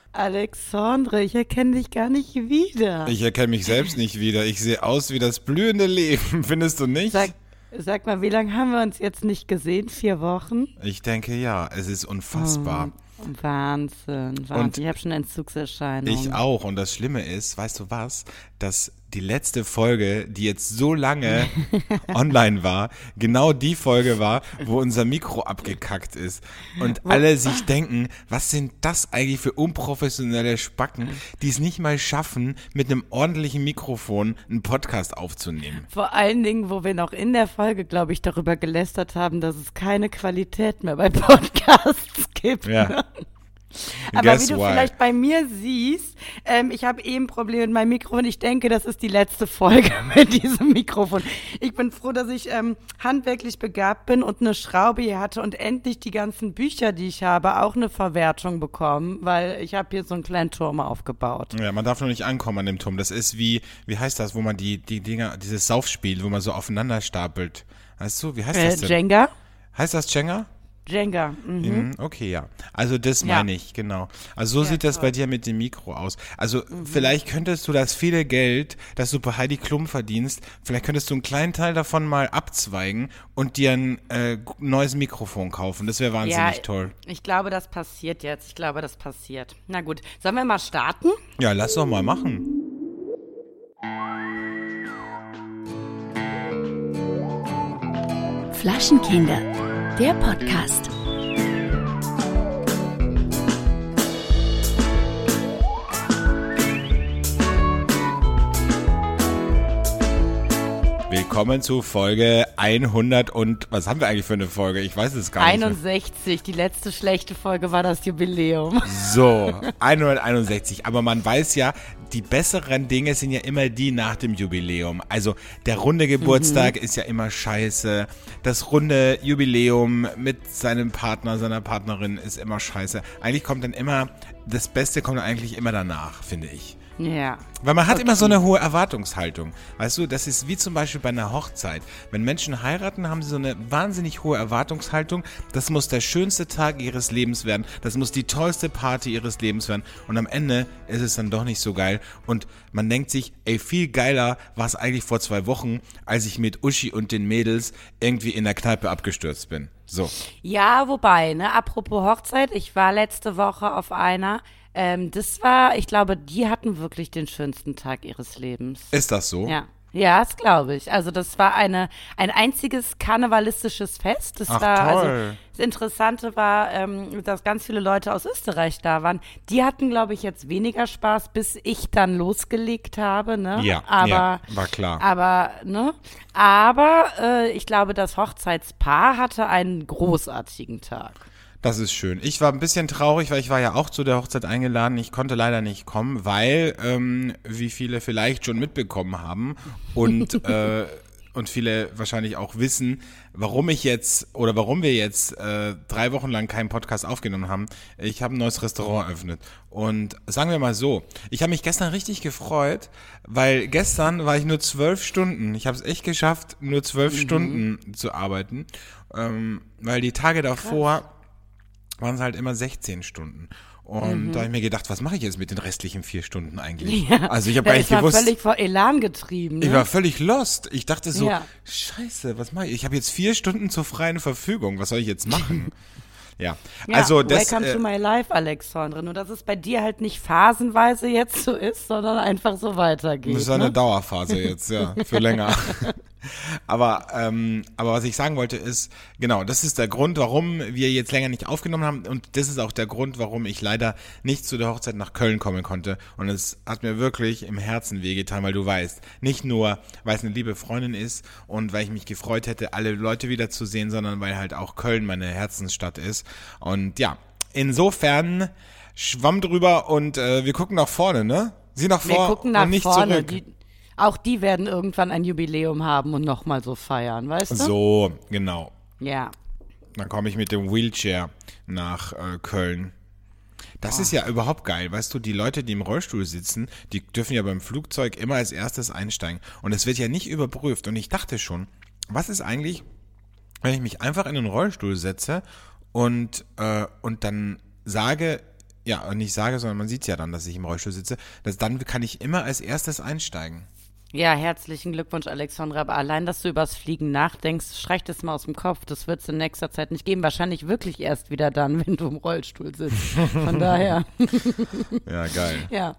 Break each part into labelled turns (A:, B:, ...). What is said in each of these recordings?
A: Alexandre, ich erkenne dich gar nicht wieder.
B: Ich erkenne mich selbst nicht wieder. Ich sehe aus wie das blühende Leben, findest du nicht?
A: Sag mal, wie lange haben wir uns jetzt nicht gesehen? 4 Wochen?
B: Ich denke ja, es ist unfassbar.
A: Wahnsinn.
B: Und
A: ich habe schon Entzugserscheinungen.
B: ich auch. Und das Schlimme ist, weißt du was, dass die letzte Folge, die jetzt so lange online war, genau die Folge war, wo unser Mikro abgekackt ist. Und alle sich denken, was sind das eigentlich für unprofessionelle Spacken, die es nicht mal schaffen, mit einem ordentlichen Mikrofon einen Podcast aufzunehmen.
A: Vor allen Dingen, wo wir noch in der Folge, glaube ich, darüber gelästert haben, dass es keine Qualität mehr bei Podcasts gibt.
B: Ja.
A: Ne? Aber
B: Guess
A: wie du
B: why?
A: vielleicht bei mir siehst, ich habe ein Problem mit meinem Mikrofon. Ich denke, das ist die letzte Folge mit diesem Mikrofon. Ich bin froh, dass ich handwerklich begabt bin und eine Schraube hier hatte und endlich die ganzen Bücher, die ich habe, auch eine Verwertung bekommen, weil ich habe hier so einen kleinen Turm aufgebaut.
B: Ja, man darf noch nicht ankommen an dem Turm. Das ist wie heißt das, wo man die Dinger, dieses Saufspiel, wo man so aufeinander stapelt. Weißt du, wie heißt das denn?
A: Jenga?
B: Heißt das Jenga?
A: Jenga. Mhm.
B: Okay, ja. Also das meine ich, genau. Also so sieht das bei dir mit dem Mikro aus. Also vielleicht könntest du das viele Geld, das du bei Heidi Klum verdienst, vielleicht könntest du einen kleinen Teil davon mal abzweigen und dir ein neues Mikrofon kaufen. Das wäre wahnsinnig toll.
A: Ich glaube, das passiert jetzt. Na gut, sollen wir mal starten?
B: Ja, lass doch mal machen.
C: Flaschenkinder, der Podcast.
B: Willkommen zu Folge 100 und, was haben wir eigentlich für eine Folge? Ich weiß es gar nicht.
A: 61, die letzte schlechte Folge war das Jubiläum.
B: So, 161. Aber man weiß ja, die besseren Dinge sind ja immer die nach dem Jubiläum. Also der runde Geburtstag ist ja immer scheiße. Das runde Jubiläum mit seinem Partner, seiner Partnerin ist immer scheiße. Eigentlich kommt dann immer, das Beste kommt dann eigentlich immer danach, finde ich.
A: Ja.
B: Weil man hat immer so eine hohe Erwartungshaltung. Weißt du, das ist wie zum Beispiel bei einer Hochzeit. Wenn Menschen heiraten, haben sie so eine wahnsinnig hohe Erwartungshaltung. Das muss der schönste Tag ihres Lebens werden. Das muss die tollste Party ihres Lebens werden. Und am Ende ist es dann doch nicht so geil. Und man denkt sich, ey, viel geiler war es eigentlich vor 2 Wochen, als ich mit Uschi und den Mädels irgendwie in der Kneipe abgestürzt bin. So.
A: Ja, wobei, ne, apropos Hochzeit, ich war letzte Woche auf einer. Ich glaube, die hatten wirklich den schönsten Tag ihres Lebens.
B: Ist das so?
A: Ja, das glaube ich. Also das war ein einziges karnevalistisches Fest. Das
B: Ach,
A: war,
B: toll.
A: also das Interessante war, dass ganz viele Leute aus Österreich da waren. Die hatten, glaube ich, jetzt weniger Spaß, bis ich dann losgelegt habe, ne?
B: Ja, war klar.
A: Aber ich glaube, das Hochzeitspaar hatte einen großartigen Tag.
B: Das ist schön. Ich war ein bisschen traurig, weil ich war ja auch zu der Hochzeit eingeladen. Ich konnte leider nicht kommen, weil, wie viele vielleicht schon mitbekommen haben und viele wahrscheinlich auch wissen, warum wir jetzt 3 Wochen lang keinen Podcast aufgenommen haben. Ich habe ein neues Restaurant eröffnet. Und sagen wir mal so, ich habe mich gestern richtig gefreut, weil gestern war ich nur 12 Stunden. Ich habe es echt geschafft, nur 12 Stunden zu arbeiten, weil die Tage davor waren es halt immer 16 Stunden. Und da habe ich mir gedacht, was mache ich jetzt mit den restlichen 4 Stunden eigentlich?
A: Ja,
B: Also ich habe gar nicht gewusst.
A: Ich war völlig vor Elan getrieben. Ne?
B: Ich war völlig lost. Ich dachte so,
A: Ja.
B: Scheiße, was mache ich? Ich habe jetzt 4 Stunden zur freien Verfügung. Was soll ich jetzt machen? Ja, also das.
A: Welcome to my life, Alexandre. Nur, dass es bei dir halt nicht phasenweise jetzt so ist, sondern einfach so weitergeht.
B: Das ist eine Dauerphase jetzt, ja, für länger. Aber was ich sagen wollte ist, genau, das ist der Grund, warum wir jetzt länger nicht aufgenommen haben und das ist auch der Grund, warum ich leider nicht zu der Hochzeit nach Köln kommen konnte und es hat mir wirklich im Herzen wehgetan, weil du weißt, nicht nur, weil es eine liebe Freundin ist und weil ich mich gefreut hätte, alle Leute wiederzusehen, sondern weil halt auch Köln meine Herzensstadt ist und ja, insofern schwamm drüber und wir gucken nach vorne, ne? Sieh nach
A: Wir
B: vor
A: gucken nach
B: und nicht
A: vorne.
B: zurück.
A: Auch die werden irgendwann ein Jubiläum haben und nochmal so feiern, weißt du?
B: So, genau.
A: Ja.
B: Dann komme ich mit dem Wheelchair nach Köln. Das ist ja überhaupt geil, weißt du, die Leute, die im Rollstuhl sitzen, die dürfen ja beim Flugzeug immer als erstes einsteigen. Und es wird ja nicht überprüft. Und ich dachte schon, was ist eigentlich, wenn ich mich einfach in den Rollstuhl setze und dann sage, ja, und nicht sage, sondern man sieht ja dann, dass ich im Rollstuhl sitze, dann kann ich immer als erstes einsteigen.
A: Ja, herzlichen Glückwunsch, Alexandra. Aber allein, dass du übers Fliegen nachdenkst, streich das mal aus dem Kopf. Das wird es in nächster Zeit nicht geben. Wahrscheinlich wirklich erst wieder dann, wenn du im Rollstuhl sitzt. Von daher.
B: Ja, geil.
A: Ja.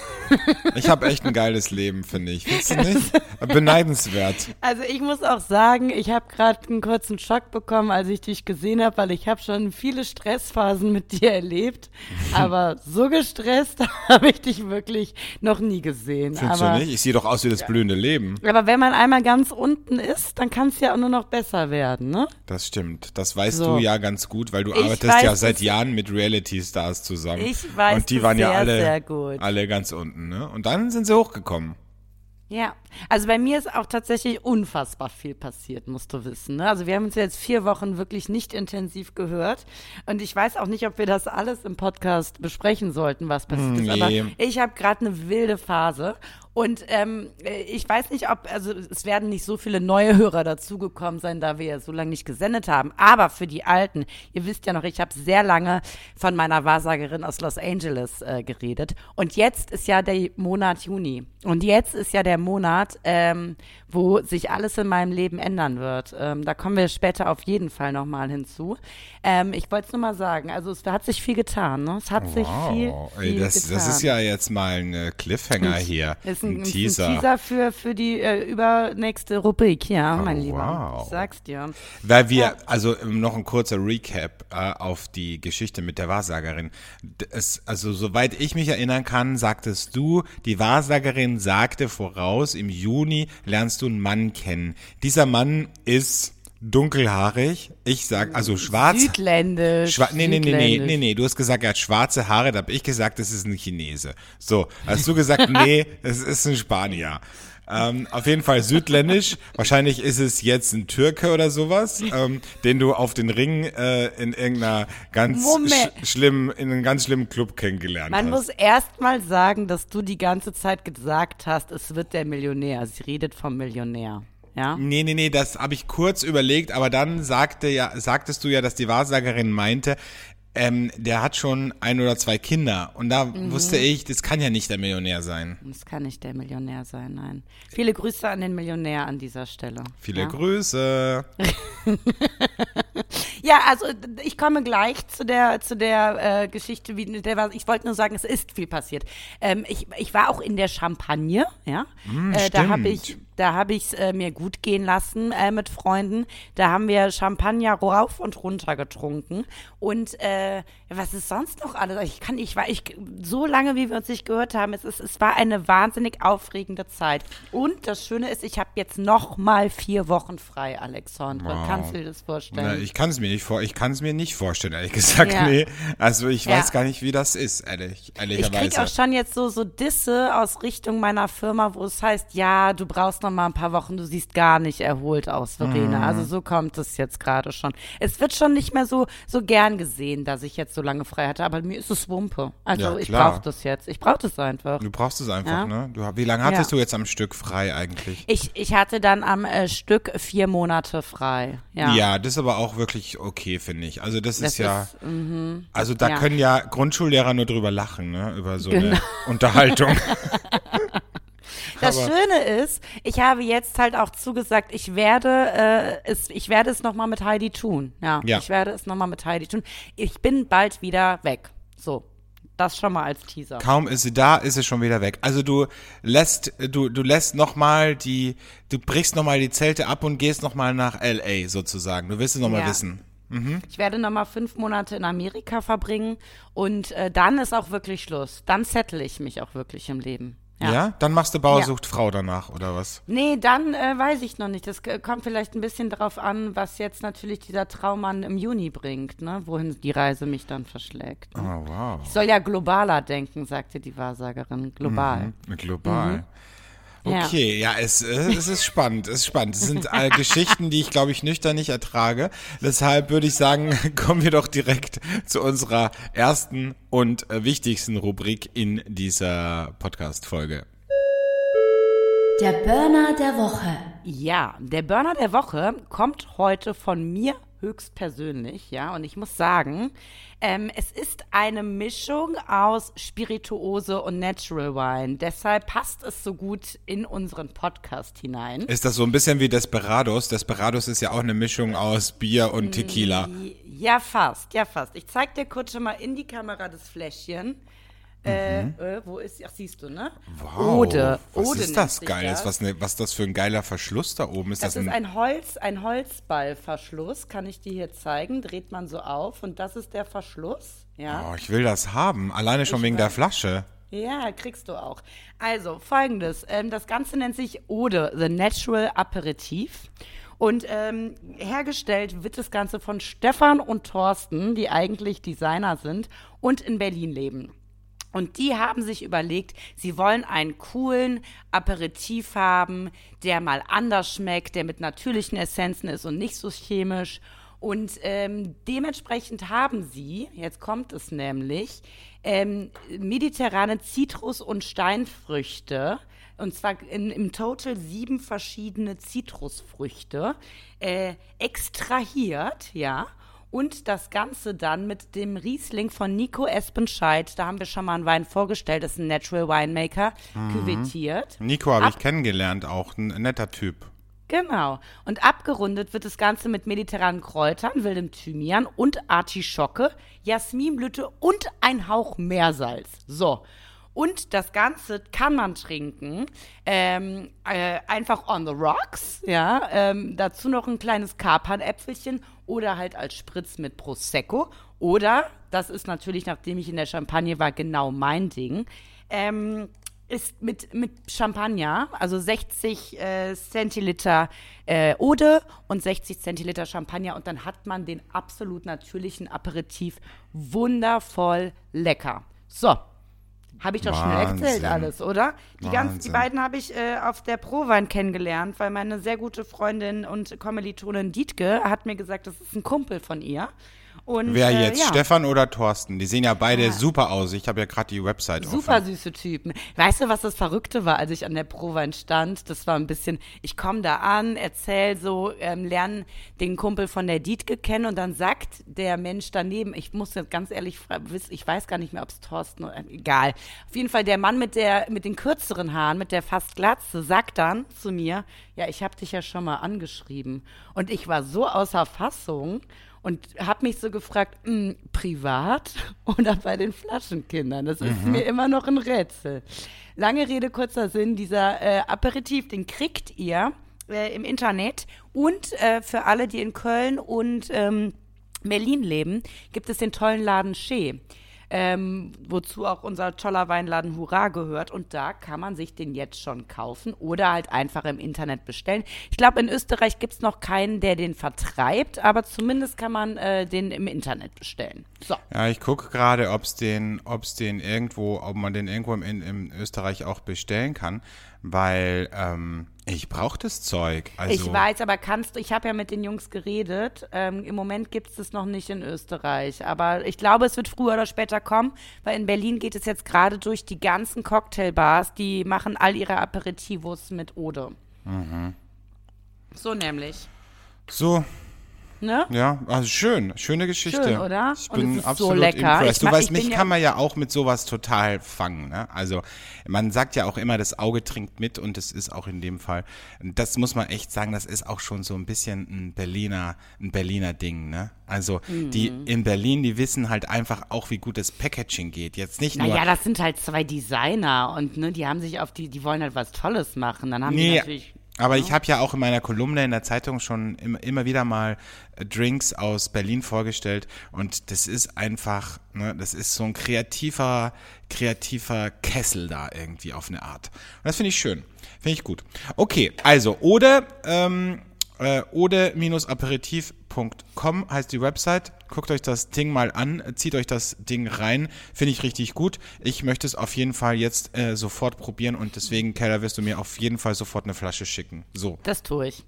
B: Ich habe echt ein geiles Leben, finde ich. Findest du nicht? Beneidenswert.
A: Also ich muss auch sagen, ich habe gerade einen kurzen Schock bekommen, als ich dich gesehen habe, weil ich habe schon viele Stressphasen mit dir erlebt. Aber so gestresst habe ich dich wirklich noch nie gesehen.
B: Findest du nicht? Ich sehe doch aus wie das blühende Leben.
A: Aber wenn man einmal ganz unten ist, dann kann es ja auch nur noch besser werden, ne?
B: Das stimmt. Das weißt
A: So.
B: du ja ganz gut, weil du
A: Ich
B: arbeitest
A: weiß,
B: ja seit
A: das-
B: Jahren mit Reality-Stars zusammen.
A: Ich weiß
B: Und die
A: das
B: waren ja
A: sehr, sehr gut.
B: alle ganz unten, ne? Und dann sind sie hochgekommen.
A: Ja, also bei mir ist auch tatsächlich unfassbar viel passiert, musst du wissen. Ne? Also wir haben uns jetzt 4 Wochen wirklich nicht intensiv gehört und ich weiß auch nicht, ob wir das alles im Podcast besprechen sollten, was passiert ist. Aber
B: Nee.
A: ich habe gerade eine wilde Phase und ich weiß nicht, also es werden nicht so viele neue Hörer dazugekommen sein, da wir ja so lange nicht gesendet haben. Aber für die Alten, ihr wisst ja noch, ich habe sehr lange von meiner Wahrsagerin aus Los Angeles geredet und jetzt ist ja der Monat Juni und jetzt ist ja der Monat, wo sich alles in meinem Leben ändern wird. Da kommen wir später auf jeden Fall nochmal hinzu. Ich wollte es nur mal sagen, also es hat sich viel getan. Ne? Es hat sich viel
B: das
A: getan.
B: ist ja jetzt mal ein Cliffhanger hier.
A: Ist
B: ein
A: ein
B: Teaser.
A: Teaser für die übernächste Rubrik, ja, mein Lieber.
B: wow.
A: Ich sag's dir.
B: Weil wir, also noch ein kurzer Recap auf die Geschichte mit der Wahrsagerin. Also soweit ich mich erinnern kann, sagtest du, die Wahrsagerin sagte voraus, im Juni lernst du einen Mann kennen. Dieser Mann ist dunkelhaarig, ich sag, also schwarz.
A: Südländisch.
B: Nee, du hast gesagt, er hat schwarze Haare, da habe ich gesagt, das ist ein Chinese. So, hast du gesagt, nee, das ist ein Spanier. Auf jeden Fall südländisch. Wahrscheinlich ist es jetzt ein Türke oder sowas, den du auf den Ring in irgendeiner ganz in einem ganz schlimmen Club kennengelernt
A: Man
B: hast.
A: muss erst mal sagen, dass du die ganze Zeit gesagt hast, es wird der Millionär. Sie redet vom Millionär. Ja?
B: Nee, das habe ich kurz überlegt, aber dann sagtest du ja, dass die Wahrsagerin meinte, der hat schon 1 oder 2 Kinder. Und da wusste ich, das kann ja nicht der Millionär sein.
A: Das kann nicht der Millionär sein, nein. Viele Grüße an den Millionär an dieser Stelle.
B: Viele Grüße.
A: Ja, also ich komme gleich zu der Geschichte, ich wollte nur sagen, es ist viel passiert. Ich war auch in der Champagne, ja. Da habe ich es mir gut gehen lassen mit Freunden. Da haben wir Champagner rauf und runter getrunken. Und was ist sonst noch alles? So lange, wie wir uns nicht gehört haben, es war eine wahnsinnig aufregende Zeit. Und das Schöne ist, ich habe jetzt noch mal 4 Wochen frei, Alexandra.
B: Wow.
A: Kannst du dir das vorstellen?
B: Na, ich kann es mir nicht vorstellen, ehrlich gesagt.
A: Ja.
B: Nee. Also ich weiß
A: Ja.
B: gar nicht, wie das ist,
A: Ich
B: ehrlicherweise.
A: krieg auch schon jetzt so Disse aus Richtung meiner Firma, wo es heißt, ja, du brauchst noch mal ein paar Wochen, du siehst gar nicht erholt aus, Verena. Also so kommt es jetzt gerade schon. Es wird schon nicht mehr so gern gesehen, dass ich jetzt so lange frei hatte, aber mir ist es Wumpe. Also
B: Ja,
A: ich
B: klar.
A: brauche das jetzt. Ich brauche das einfach.
B: Du brauchst es einfach,
A: Ja.
B: ne? Wie lange hattest
A: Ja.
B: du jetzt am Stück frei eigentlich?
A: Ich hatte dann am Stück 4 Monate frei. Ja.
B: Das ist aber auch wirklich okay, finde ich. Also das ist ja,
A: ist,
B: also da
A: ja.
B: können ja Grundschullehrer nur drüber lachen, ne? Über so
A: Genau.
B: eine Unterhaltung.
A: Das
B: Aber-
A: Schöne ist, ich habe jetzt halt auch zugesagt, ich werde es nochmal mit Heidi tun. Ja,
B: Ja.
A: ich werde es nochmal mit Heidi tun. Ich bin bald wieder weg. So, das schon mal als Teaser.
B: Kaum ist sie da, ist sie schon wieder weg. Also du lässt nochmal du brichst nochmal die Zelte ab und gehst nochmal nach LA sozusagen. Du willst es nochmal
A: Ja.
B: wissen.
A: Ich werde nochmal 5 Monate in Amerika verbringen und dann ist auch wirklich Schluss. Dann settle ich mich auch wirklich im Leben.
B: Ja? Dann machst du Bauer
A: Ja.
B: sucht Frau danach, oder was?
A: Nee, dann weiß ich noch nicht. Das kommt vielleicht ein bisschen darauf an, was jetzt natürlich dieser Traummann im Juni bringt, ne? Wohin die Reise mich dann verschlägt. Ne?
B: Oh, wow.
A: Ich soll ja globaler denken, sagte die Wahrsagerin. Global.
B: Global.
A: Ja.
B: Okay, ja, es ist spannend, es ist spannend. Es sind Geschichten, die ich, glaube ich, nüchtern nicht ertrage. Deshalb würde ich sagen, kommen wir doch direkt zu unserer ersten und wichtigsten Rubrik in dieser Podcast-Folge.
C: Der Burner der Woche.
A: Ja, der Burner der Woche kommt heute von mir höchstpersönlich, ja. Und ich muss sagen, es ist eine Mischung aus Spirituose und Natural Wine. Deshalb passt es so gut in unseren Podcast hinein.
B: Ist das so ein bisschen wie Desperados? Desperados ist ja auch eine Mischung aus Bier und Tequila.
A: Ja, fast, ja, fast. Ich zeig dir kurz schon mal in die Kamera das Fläschchen. Wo ist, ach, siehst du, ne?
B: Wow,
A: Ode.
B: was
A: Ode
B: ist das
A: nennt sich
B: Geiles?
A: das.
B: Was ist das für ein geiler Verschluss da oben?
A: Das ist ein Holzballverschluss, kann ich dir hier zeigen. Dreht man so auf und das ist der Verschluss, ja.
B: Oh, ich will das haben, alleine schon wegen der Flasche.
A: Ja, kriegst du auch. Also, folgendes, das Ganze nennt sich Ode, The Natural Aperitif. Und hergestellt wird das Ganze von Stefan und Thorsten, die eigentlich Designer sind und in Berlin leben. Und die haben sich überlegt, sie wollen einen coolen Aperitif haben, der mal anders schmeckt, der mit natürlichen Essenzen ist und nicht so chemisch. Und dementsprechend haben sie, jetzt kommt es nämlich, mediterrane Zitrus- und Steinfrüchte, und zwar im Total 7 verschiedene Zitrusfrüchte, extrahiert, ja. Und das Ganze dann mit dem Riesling von Nico Espenscheid, da haben wir schon mal einen Wein vorgestellt, das ist ein Natural Winemaker, küvettiert.
B: Nico habe ich kennengelernt, auch ein netter Typ.
A: Genau. Und abgerundet wird das Ganze mit mediterranen Kräutern, wildem Thymian und Artischocke, Jasminblüte und ein Hauch Meersalz. So. Und das Ganze kann man trinken, einfach on the rocks, ja, dazu noch ein kleines Kapernäpfelchen oder halt als Spritz mit Prosecco. Oder, das ist natürlich, nachdem ich in der Champagne war, genau mein Ding, ist mit Champagner, also 60 Zentiliter Ode und 60 Zentiliter Champagner und dann hat man den absolut natürlichen Aperitif wundervoll lecker. So. Habe ich doch schnell erzählt alles, oder? Die beiden habe ich auf der Prowein kennengelernt, weil meine sehr gute Freundin und Kommilitonin Dietke hat mir gesagt, das ist ein Kumpel von ihr. Und,
B: Wer jetzt,
A: ja.
B: Stefan oder Thorsten? Die sehen ja beide super aus. Ich habe ja gerade die Website
A: Super
B: offen.
A: süße Typen. Weißt du, was das Verrückte war, als ich an der Prowein stand? Das war ein bisschen, ich komme da an, erzähl so, lerne den Kumpel von der Dietke kennen und dann sagt der Mensch daneben, ich muss jetzt ganz ehrlich wissen, ich weiß gar nicht mehr, ob es Thorsten oder, egal. Auf jeden Fall der Mann mit den kürzeren Haaren, mit der fast Glatze, sagt dann zu mir, ja, ich habe dich ja schon mal angeschrieben. Und ich war so außer Fassung und habe mich so gefragt, privat oder bei den Flaschenkindern? Das ist mir immer noch ein Rätsel. Lange Rede, kurzer Sinn, dieser Aperitif, den kriegt ihr im Internet. Und für alle, die in Köln und Berlin leben, gibt es den tollen Laden Schee. Wozu auch unser toller Weinladen Hurra gehört. Und da kann man sich den jetzt schon kaufen oder halt einfach im Internet bestellen. Ich glaube, in Österreich gibt es noch keinen, der den vertreibt, aber zumindest kann man den im Internet bestellen. So.
B: Ja, ich gucke gerade, ob man den irgendwo in Österreich auch bestellen kann, weil ich brauche das Zeug. Also,
A: ich weiß, aber ich habe ja mit den Jungs geredet, im Moment gibt es das noch nicht in Österreich, aber ich glaube, es wird früher oder später kommen, weil in Berlin geht es jetzt gerade durch die ganzen Cocktailbars, die machen all ihre Aperitivos mit Ode. So nämlich.
B: So.
A: Ne?
B: Ja, also schöne Geschichte.
A: Schön, oder?
B: Ich
A: Und
B: bin
A: es ist
B: absolut
A: so lecker.
B: impressed. Du weißt,
A: ich bin
B: mich kann man ja auch mit sowas total fangen. Ne? Also man sagt ja auch immer, das Auge trinkt mit und es ist auch in dem Fall, das muss man echt sagen, das ist auch schon so ein bisschen ein Berliner Ding. Ne? Also die in Berlin, die wissen halt einfach auch, wie gut das Packaging geht. Jetzt nicht nur.
A: Naja, das sind halt 2 Designer und ne, die haben sich die wollen halt was Tolles machen. Dann haben die natürlich.
B: Aber ich habe ja auch in meiner Kolumne in der Zeitung schon immer wieder mal Drinks aus Berlin vorgestellt und das ist einfach, ne, das ist so ein kreativer Kessel da irgendwie auf eine Art. Und das finde ich schön, finde ich gut. Okay, also ode-aperitif.com heißt die Website. Guckt euch das Ding mal an, zieht euch das Ding rein. Finde ich richtig gut. Ich möchte es auf jeden Fall jetzt sofort probieren und deswegen, Keller, wirst du mir auf jeden Fall sofort eine Flasche schicken. So.
A: Das tue ich.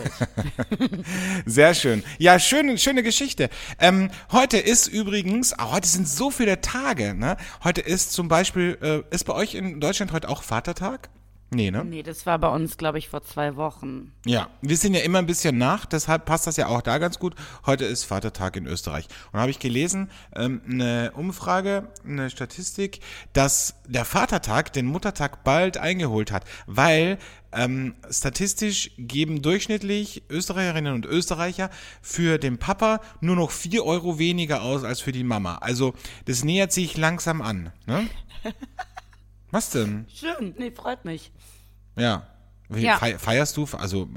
B: Sehr schön. Ja, schöne Geschichte. Heute ist übrigens, heute sind so viele Tage, ne? Heute ist zum Beispiel, ist bei euch in Deutschland heute auch Vatertag? Nee, ne?
A: Nee, das war bei uns, glaube ich, vor 2 Wochen.
B: Ja, wir sind ja immer ein bisschen nach, deshalb passt das ja auch da ganz gut. Heute ist Vatertag in Österreich. Und da habe ich gelesen, eine Umfrage, eine Statistik, dass der Vatertag den Muttertag bald eingeholt hat, weil statistisch geben durchschnittlich Österreicherinnen und Österreicher für den Papa nur noch 4 Euro weniger aus als für die Mama. Also das nähert sich langsam an, ne? Was denn?
A: Schön, nee, freut mich.
B: Ja.
A: Ja.
B: Feierst du, also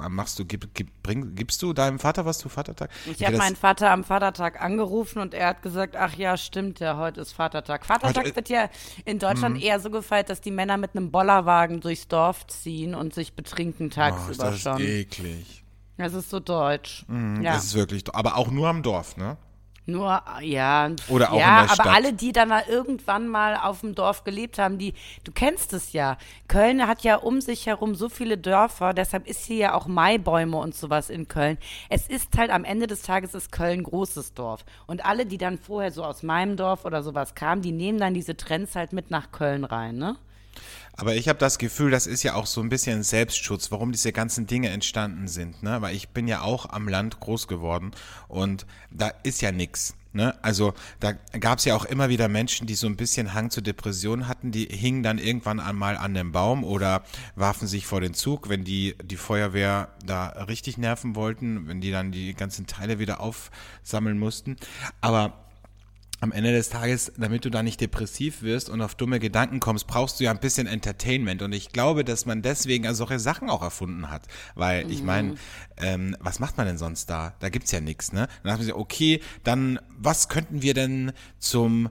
B: gibst du deinem Vater was zu Vatertag?
A: Ich habe meinen Vater am Vatertag angerufen und er hat gesagt, ach ja, stimmt ja, heute ist Vatertag. Vatertag wird ja in Deutschland eher so gefeiert, dass die Männer mit einem Bollerwagen durchs Dorf ziehen und sich betrinken tagsüber
B: das ist
A: schon.
B: eklig.
A: Das ist so deutsch. Ja.
B: Das ist wirklich, aber auch nur am Dorf, ne?
A: Nur, ja.
B: Oder auch
A: ja,
B: in der Stadt.
A: aber alle, die dann mal irgendwann mal auf dem Dorf gelebt haben, du kennst es ja. Köln hat ja um sich herum so viele Dörfer, deshalb ist hier ja auch Maibäume und sowas in Köln. Es ist halt, am Ende des Tages ist Köln ein großes Dorf. Und alle, die dann vorher so aus meinem Dorf oder sowas kamen, die nehmen dann diese Trends halt mit nach Köln rein, ne?
B: Aber ich habe das Gefühl, das ist ja auch so ein bisschen Selbstschutz, warum diese ganzen Dinge entstanden sind, ne? Weil ich bin ja auch am Land groß geworden und da ist ja nix, ne? Also da gab es ja auch immer wieder Menschen, die so ein bisschen Hang zur Depression hatten, die hingen dann irgendwann einmal an dem Baum oder warfen sich vor den Zug, wenn die Feuerwehr da richtig nerven wollten, wenn die dann die ganzen Teile wieder aufsammeln mussten. Aber am Ende des Tages, damit du da nicht depressiv wirst und auf dumme Gedanken kommst, brauchst du ja ein bisschen Entertainment. Und ich glaube, dass man deswegen also solche Sachen auch erfunden hat. Weil, ich meine, was macht man denn sonst da? Da gibt's ja nichts, ne? Dann hat man gesagt, okay, dann was könnten wir denn zum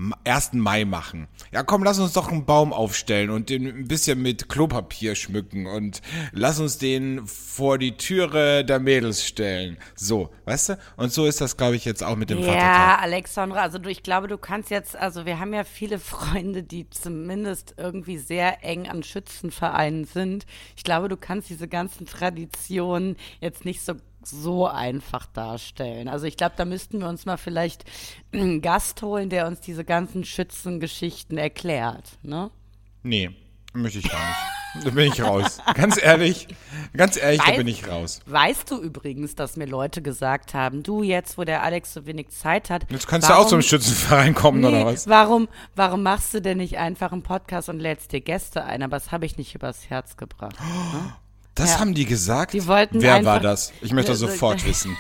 B: 1. Mai machen? Ja, komm, lass uns doch einen Baum aufstellen und den ein bisschen mit Klopapier schmücken und lass uns den vor die Türe der Mädels stellen. So, weißt du? Und so ist das, glaube ich, jetzt auch mit dem Vatertag.
A: Ja, Alexandra, also ich glaube, du kannst jetzt, also wir haben ja viele Freunde, die zumindest irgendwie sehr eng an Schützenvereinen sind. Ich glaube, du kannst diese ganzen Traditionen jetzt nicht so einfach darstellen. Also ich glaube, da müssten wir uns mal vielleicht einen Gast holen, der uns diese ganzen Schützengeschichten erklärt, ne?
B: Nee, möchte ich gar nicht. Da bin ich raus. Ganz ehrlich, da bin ich raus.
A: Weißt du übrigens, dass mir Leute gesagt haben, du jetzt, wo der Alex so wenig Zeit hat.
B: Jetzt kannst du auch zum Schützenverein kommen, oder was?
A: Warum machst du denn nicht einfach einen Podcast und lädst dir Gäste ein? Aber das habe ich nicht übers Herz gebracht. Ne?
B: Das haben die gesagt?
A: Die wollten
B: Wer
A: einfach,
B: war das? Ich möchte das sofort wissen.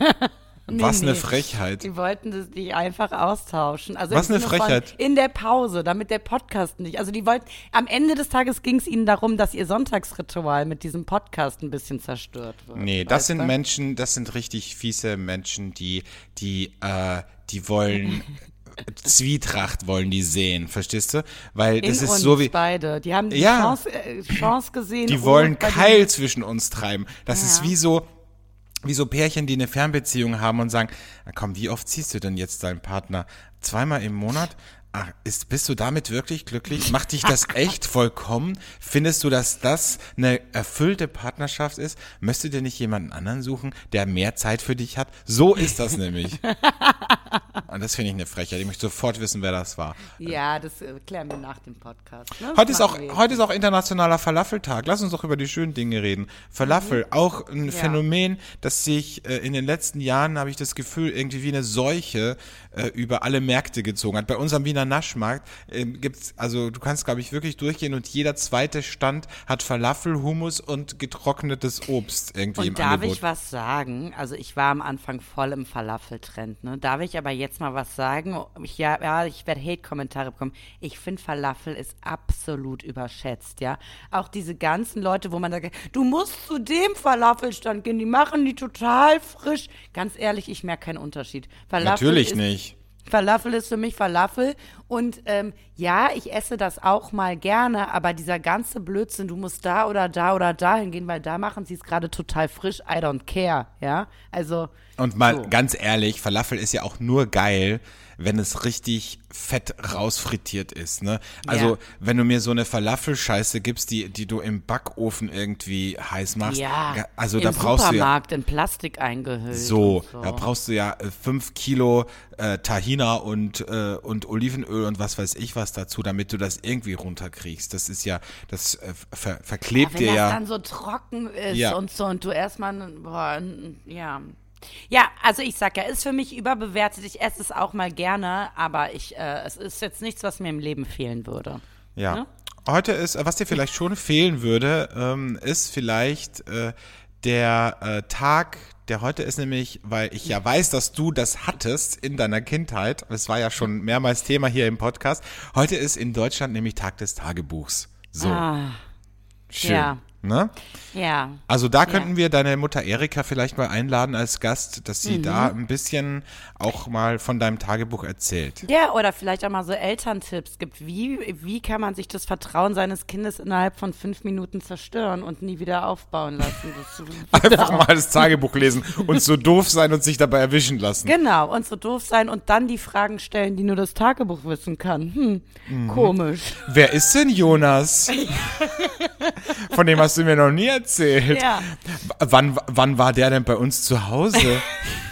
B: Was eine Frechheit.
A: Die wollten das nicht einfach austauschen. Also
B: was eine Frechheit.
A: In der Pause, damit der Podcast nicht. Also die wollten, am Ende des Tages ging es ihnen darum, dass ihr Sonntagsritual mit diesem Podcast ein bisschen zerstört wird.
B: Nee, das sind Menschen, das sind richtig fiese Menschen, die wollen Zwietracht wollen die sehen, verstehst du? Weil das ist so wie
A: beide. Die haben die Chance gesehen.
B: Die wollen Keil zwischen uns treiben. Das ist wie so Pärchen, die eine Fernbeziehung haben und sagen, na komm, wie oft siehst du denn jetzt deinen Partner? 2-mal im Monat? Ach, bist du damit wirklich glücklich? Macht dich das echt vollkommen? Findest du, dass das eine erfüllte Partnerschaft ist? Möchtest du dir nicht jemanden anderen suchen, der mehr Zeit für dich hat? So ist das nämlich. Und das finde ich eine Frechheit. Ich möchte sofort wissen, wer das war.
A: Ja, das klären wir nach dem Podcast. Ne?
B: Heute ist auch internationaler Falafeltag. Lass uns doch über die schönen Dinge reden. Falafel, auch ein Phänomen, das sich in den letzten Jahren, habe ich das Gefühl, irgendwie wie eine Seuche über alle Märkte gezogen hat. Bei uns am Wiener Naschmarkt gibt's, also du kannst, glaube ich, wirklich durchgehen und jeder zweite Stand hat Falafel, Hummus und getrocknetes Obst irgendwie im Angebot.
A: Und darf ich was sagen? Also ich war am Anfang voll im Falafel-Trend, ne? Darf ich aber jetzt mal was sagen? Ich werde Hate-Kommentare bekommen. Ich finde, Falafel ist absolut überschätzt, ja. Auch diese ganzen Leute, wo man sagt, du musst zu dem Falafelstand gehen, die machen die total frisch. Ganz ehrlich, ich merke keinen Unterschied.
B: Natürlich nicht.
A: Falafel ist für mich Falafel und ja, ich esse das auch mal gerne, aber dieser ganze Blödsinn, du musst da oder da hingehen, weil da machen sie es gerade total frisch, I don't care, ja, also.
B: Und mal ganz ehrlich, Falafel ist ja auch nur geil, wenn es richtig fett rausfrittiert ist, ne? Also, wenn du mir so eine Falafelscheiße gibst, die du im Backofen irgendwie heiß machst, also
A: im
B: da brauchst
A: Supermarkt in Plastik eingehüllt.
B: so, da brauchst du ja 5 Kilo Tahina und Olivenöl und was weiß ich was dazu, damit du das irgendwie runterkriegst. Das ist ja, das verklebt dir
A: wenn
B: ja.
A: das dann so trocken ist und so und du erstmal, ja. Ja, also ich sag ja, ist für mich überbewertet. Ich esse es auch mal gerne, aber es ist jetzt nichts, was mir im Leben fehlen würde.
B: Ja.
A: Ne?
B: Heute ist, was dir vielleicht schon fehlen würde, ist vielleicht der Tag, der heute ist nämlich, weil ich ja weiß, dass du das hattest in deiner Kindheit. Das war ja schon mehrmals Thema hier im Podcast. Heute ist in Deutschland nämlich Tag des Tagebuchs. So. Schön.
A: Ja.
B: Ne?
A: Ja.
B: Also da könnten wir deine Mutter Erika vielleicht mal einladen als Gast, dass sie da ein bisschen auch mal von deinem Tagebuch erzählt.
A: Ja, oder vielleicht auch mal so Elterntipps gibt. Wie kann man sich das Vertrauen seines Kindes innerhalb von 5 Minuten zerstören und nie wieder aufbauen lassen?
B: Einfach mal das Tagebuch lesen und so doof sein und sich dabei erwischen lassen.
A: Genau, und so doof sein und dann die Fragen stellen, die nur das Tagebuch wissen kann. Komisch.
B: Wer ist denn Jonas? Von dem hast du mir noch nie erzählt.
A: Ja.
B: Wann war der denn bei uns zu Hause?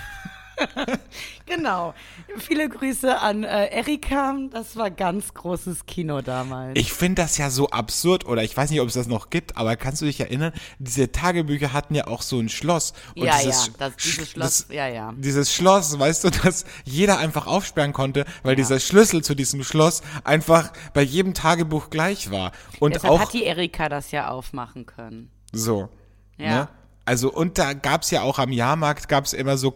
A: Genau. Viele Grüße an Erika. Das war ganz großes Kino damals.
B: Ich finde das ja so absurd, oder ich weiß nicht, ob es das noch gibt, aber kannst du dich erinnern, diese Tagebücher hatten ja auch so ein Schloss. Und dieses Schloss, dieses Schloss, weißt du, dass jeder einfach aufsperren konnte, weil dieser Schlüssel zu diesem Schloss einfach bei jedem Tagebuch gleich war. Und
A: deshalb
B: auch
A: hat die Erika das ja aufmachen können.
B: so.
A: Ja.
B: Ne? Also, und da gab's ja auch am Jahrmarkt, gab's immer so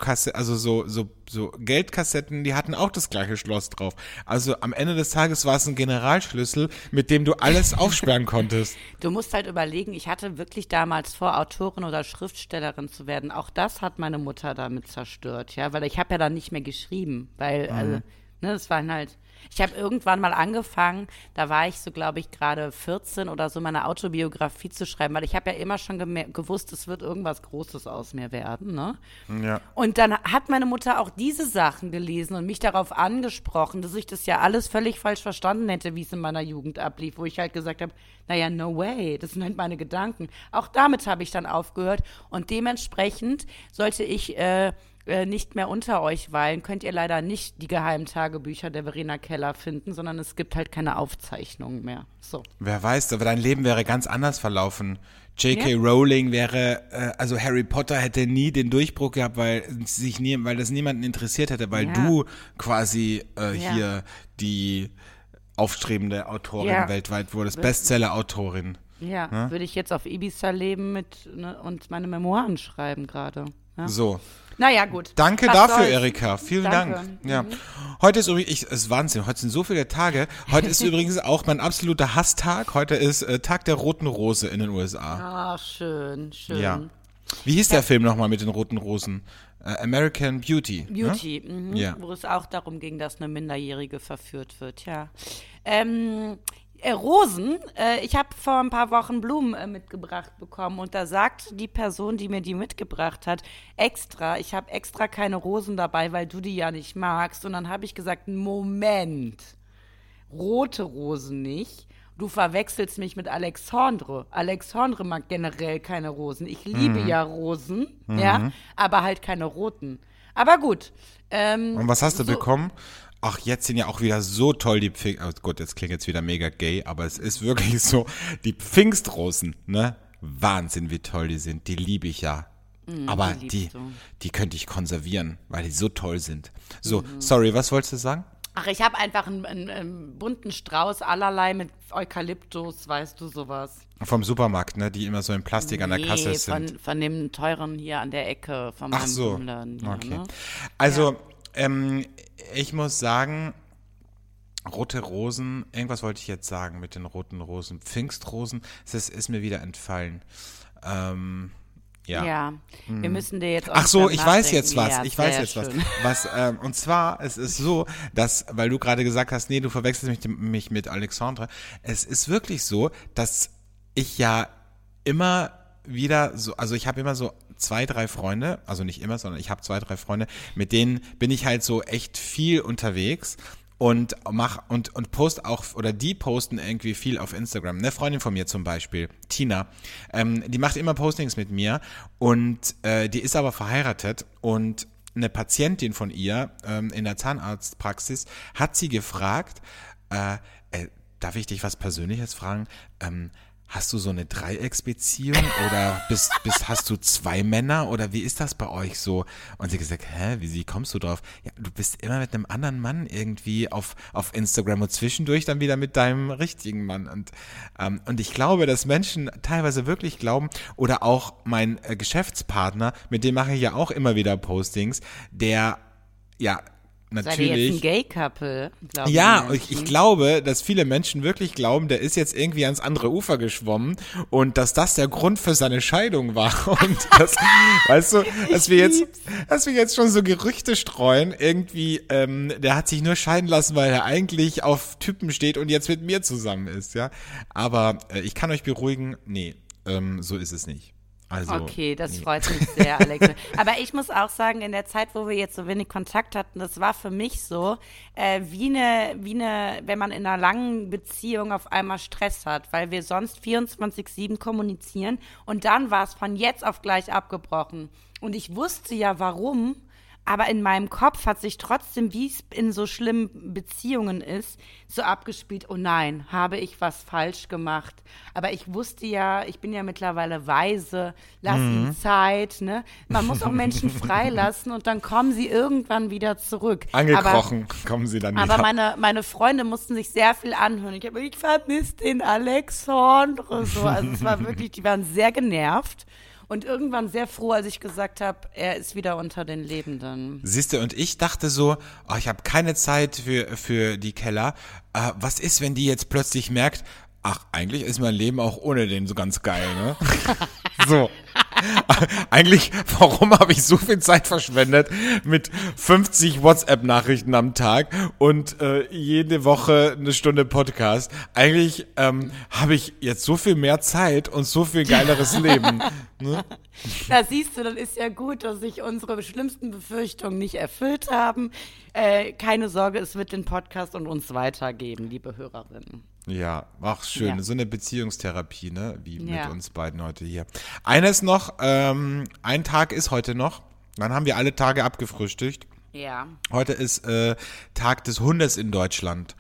B: so Geldkassetten, die hatten auch das gleiche Schloss drauf. Also am Ende des Tages war es ein Generalschlüssel, mit dem du alles aufsperren konntest.
A: Du musst halt überlegen, ich hatte wirklich damals vor, Autorin oder Schriftstellerin zu werden. Auch das hat meine Mutter damit zerstört, ja, weil ich habe ja dann nicht mehr geschrieben, weil, also, ne, das waren halt, ich habe irgendwann mal angefangen, da war ich so, glaube ich, gerade 14 oder so, meine Autobiografie zu schreiben, weil ich habe ja immer schon gewusst, es wird irgendwas Großes aus mir werden, ne?
B: Ja.
A: Und dann hat meine Mutter auch diese Sachen gelesen und mich darauf angesprochen, dass ich das ja alles völlig falsch verstanden hätte, wie es in meiner Jugend ablief, wo ich halt gesagt habe, naja, no way, das sind halt meine Gedanken. Auch damit habe ich dann aufgehört und dementsprechend sollte ich nicht mehr unter euch weilen, könnt ihr leider nicht die geheimen Tagebücher der Verena Keller finden, sondern es gibt halt keine Aufzeichnungen mehr. So.
B: Wer weiß, aber dein Leben wäre ganz anders verlaufen. J.K. Rowling wäre, also Harry Potter hätte nie den Durchbruch gehabt, weil das niemanden interessiert hätte, weil du quasi hier die aufstrebende Autorin weltweit wurdest, Bestseller-Autorin.
A: Ja, würde ich jetzt auf Ibiza leben und meine Memoiren schreiben gerade. Ja?
B: So.
A: Naja, gut.
B: Danke dafür, Erika. Vielen
A: Danke.
B: Dank. Ja. Heute ist übrigens, es ist Wahnsinn, heute sind so viele Tage. Heute ist übrigens auch mein absoluter Hasstag. Heute ist Tag der Roten Rose in den USA.
A: Ah, schön, schön.
B: Ja. Wie hieß der Film nochmal mit den Roten Rosen? American Beauty.
A: Beauty,
B: ne? Ja.
A: Wo es auch darum ging, dass eine Minderjährige verführt wird, ja. Rosen, ich habe vor ein paar Wochen Blumen mitgebracht bekommen und da sagt die Person, die mir die mitgebracht hat, ich habe extra keine Rosen dabei, weil du die ja nicht magst. Und dann habe ich gesagt, Moment, rote Rosen nicht. Du verwechselst mich mit Alexandre. Alexandre mag generell keine Rosen. Ich liebe ja Rosen, ja, aber halt keine roten. Aber gut.
B: Und was hast du bekommen? Ach, jetzt sind ja auch wieder so toll die Pfingst... Oh Gott, jetzt klingt jetzt wieder mega gay, aber es ist wirklich so, die Pfingstrosen, ne? Wahnsinn, wie toll die sind. Die liebe ich ja. Aber die könnte ich konservieren, weil die so toll sind. So, sorry, was wolltest du sagen?
A: Ach, ich habe einfach einen bunten Strauß allerlei mit Eukalyptus, weißt du, sowas.
B: Vom Supermarkt, ne? Die immer so in Plastik an der Kasse sind.
A: Von dem teuren hier an der Ecke, von meinem Blumenladen. Hier,
B: okay.
A: Ne?
B: Also, ich muss sagen, rote Rosen, irgendwas wollte ich jetzt sagen mit den roten Rosen. Pfingstrosen, das ist mir wieder entfallen. Ja.
A: Wir müssen dir jetzt auch
B: Ach so, ich weiß
A: nachdenken.
B: jetzt was.
A: Ja,
B: Ich weiß
A: sehr
B: jetzt
A: schön.
B: was. Und zwar, es ist so, dass, weil du gerade gesagt hast, nee, du verwechselst mich mit Alexandre. Es ist wirklich so, dass ich ja immer wieder so, also ich habe immer so 2, 3 Freunde, also nicht immer, sondern ich habe 2, 3 Freunde, mit denen bin ich halt so echt viel unterwegs und und post auch, oder die posten irgendwie viel auf Instagram. Eine Freundin von mir zum Beispiel, Tina, die macht immer Postings mit mir und die ist aber verheiratet und eine Patientin von ihr in der Zahnarztpraxis hat sie gefragt, darf ich dich was Persönliches fragen? Hast du so eine Dreiecksbeziehung oder hast du 2 Männer oder wie ist das bei euch so? Und sie hat gesagt, wie kommst du drauf? Ja, du bist immer mit einem anderen Mann irgendwie auf Instagram und zwischendurch dann wieder mit deinem richtigen Mann. Und ich glaube, dass Menschen teilweise wirklich glauben, oder auch mein Geschäftspartner, mit dem mache ich ja auch immer wieder Postings, der, ja, natürlich.
A: Seid ihr jetzt ein Gay-Couple?
B: Ja, ich glaube, dass viele Menschen wirklich glauben, der ist jetzt irgendwie ans andere Ufer geschwommen und dass das der Grund für seine Scheidung war. Und das, weißt du, dass wir jetzt schon so Gerüchte streuen, irgendwie, der hat sich nur scheiden lassen, weil er eigentlich auf Typen steht und jetzt mit mir zusammen ist, ja. Aber ich kann euch beruhigen, nee, so ist es nicht. Also,
A: okay, das freut mich sehr, Alex. Aber ich muss auch sagen, in der Zeit, wo wir jetzt so wenig Kontakt hatten, das war für mich so, wie eine, wenn man in einer langen Beziehung auf einmal Stress hat, weil wir sonst 24/7 kommunizieren und dann war es von jetzt auf gleich abgebrochen. Und ich wusste ja, warum. Aber in meinem Kopf hat sich trotzdem, wie es in so schlimmen Beziehungen ist, so abgespielt, oh nein, habe ich was falsch gemacht. Aber ich wusste ja, ich bin ja mittlerweile weise, lass ihm Zeit, ne? Man muss auch Menschen freilassen und dann kommen sie irgendwann wieder zurück.
B: Angekrochen kommen sie dann wieder.
A: Aber meine Freunde mussten sich sehr viel anhören. Ich vermisse den Alexandre. So. Also es war wirklich, die waren sehr genervt. Und irgendwann sehr froh, als ich gesagt habe, er ist wieder unter den Lebenden.
B: Siehst du, und ich dachte so, ich habe keine Zeit für die Keller. Was ist, wenn die jetzt plötzlich merkt, ach, eigentlich ist mein Leben auch ohne den so ganz geil, ne? So. Eigentlich, warum habe ich so viel Zeit verschwendet mit 50 WhatsApp-Nachrichten am Tag und jede Woche eine Stunde Podcast? Eigentlich habe ich jetzt so viel mehr Zeit und so viel geileres Leben. Ne?
A: Da siehst du, dann ist ja gut, dass sich unsere schlimmsten Befürchtungen nicht erfüllt haben. Keine Sorge, es wird den Podcast und uns weitergeben, liebe Hörerinnen.
B: Ja, ach schön,
A: Ja.
B: so eine Beziehungstherapie, ne, wie mit uns beiden heute hier. Eines noch, ein Tag ist heute noch, dann haben wir alle Tage abgefrühstückt.
A: Ja.
B: Heute ist Tag des Hundes in Deutschland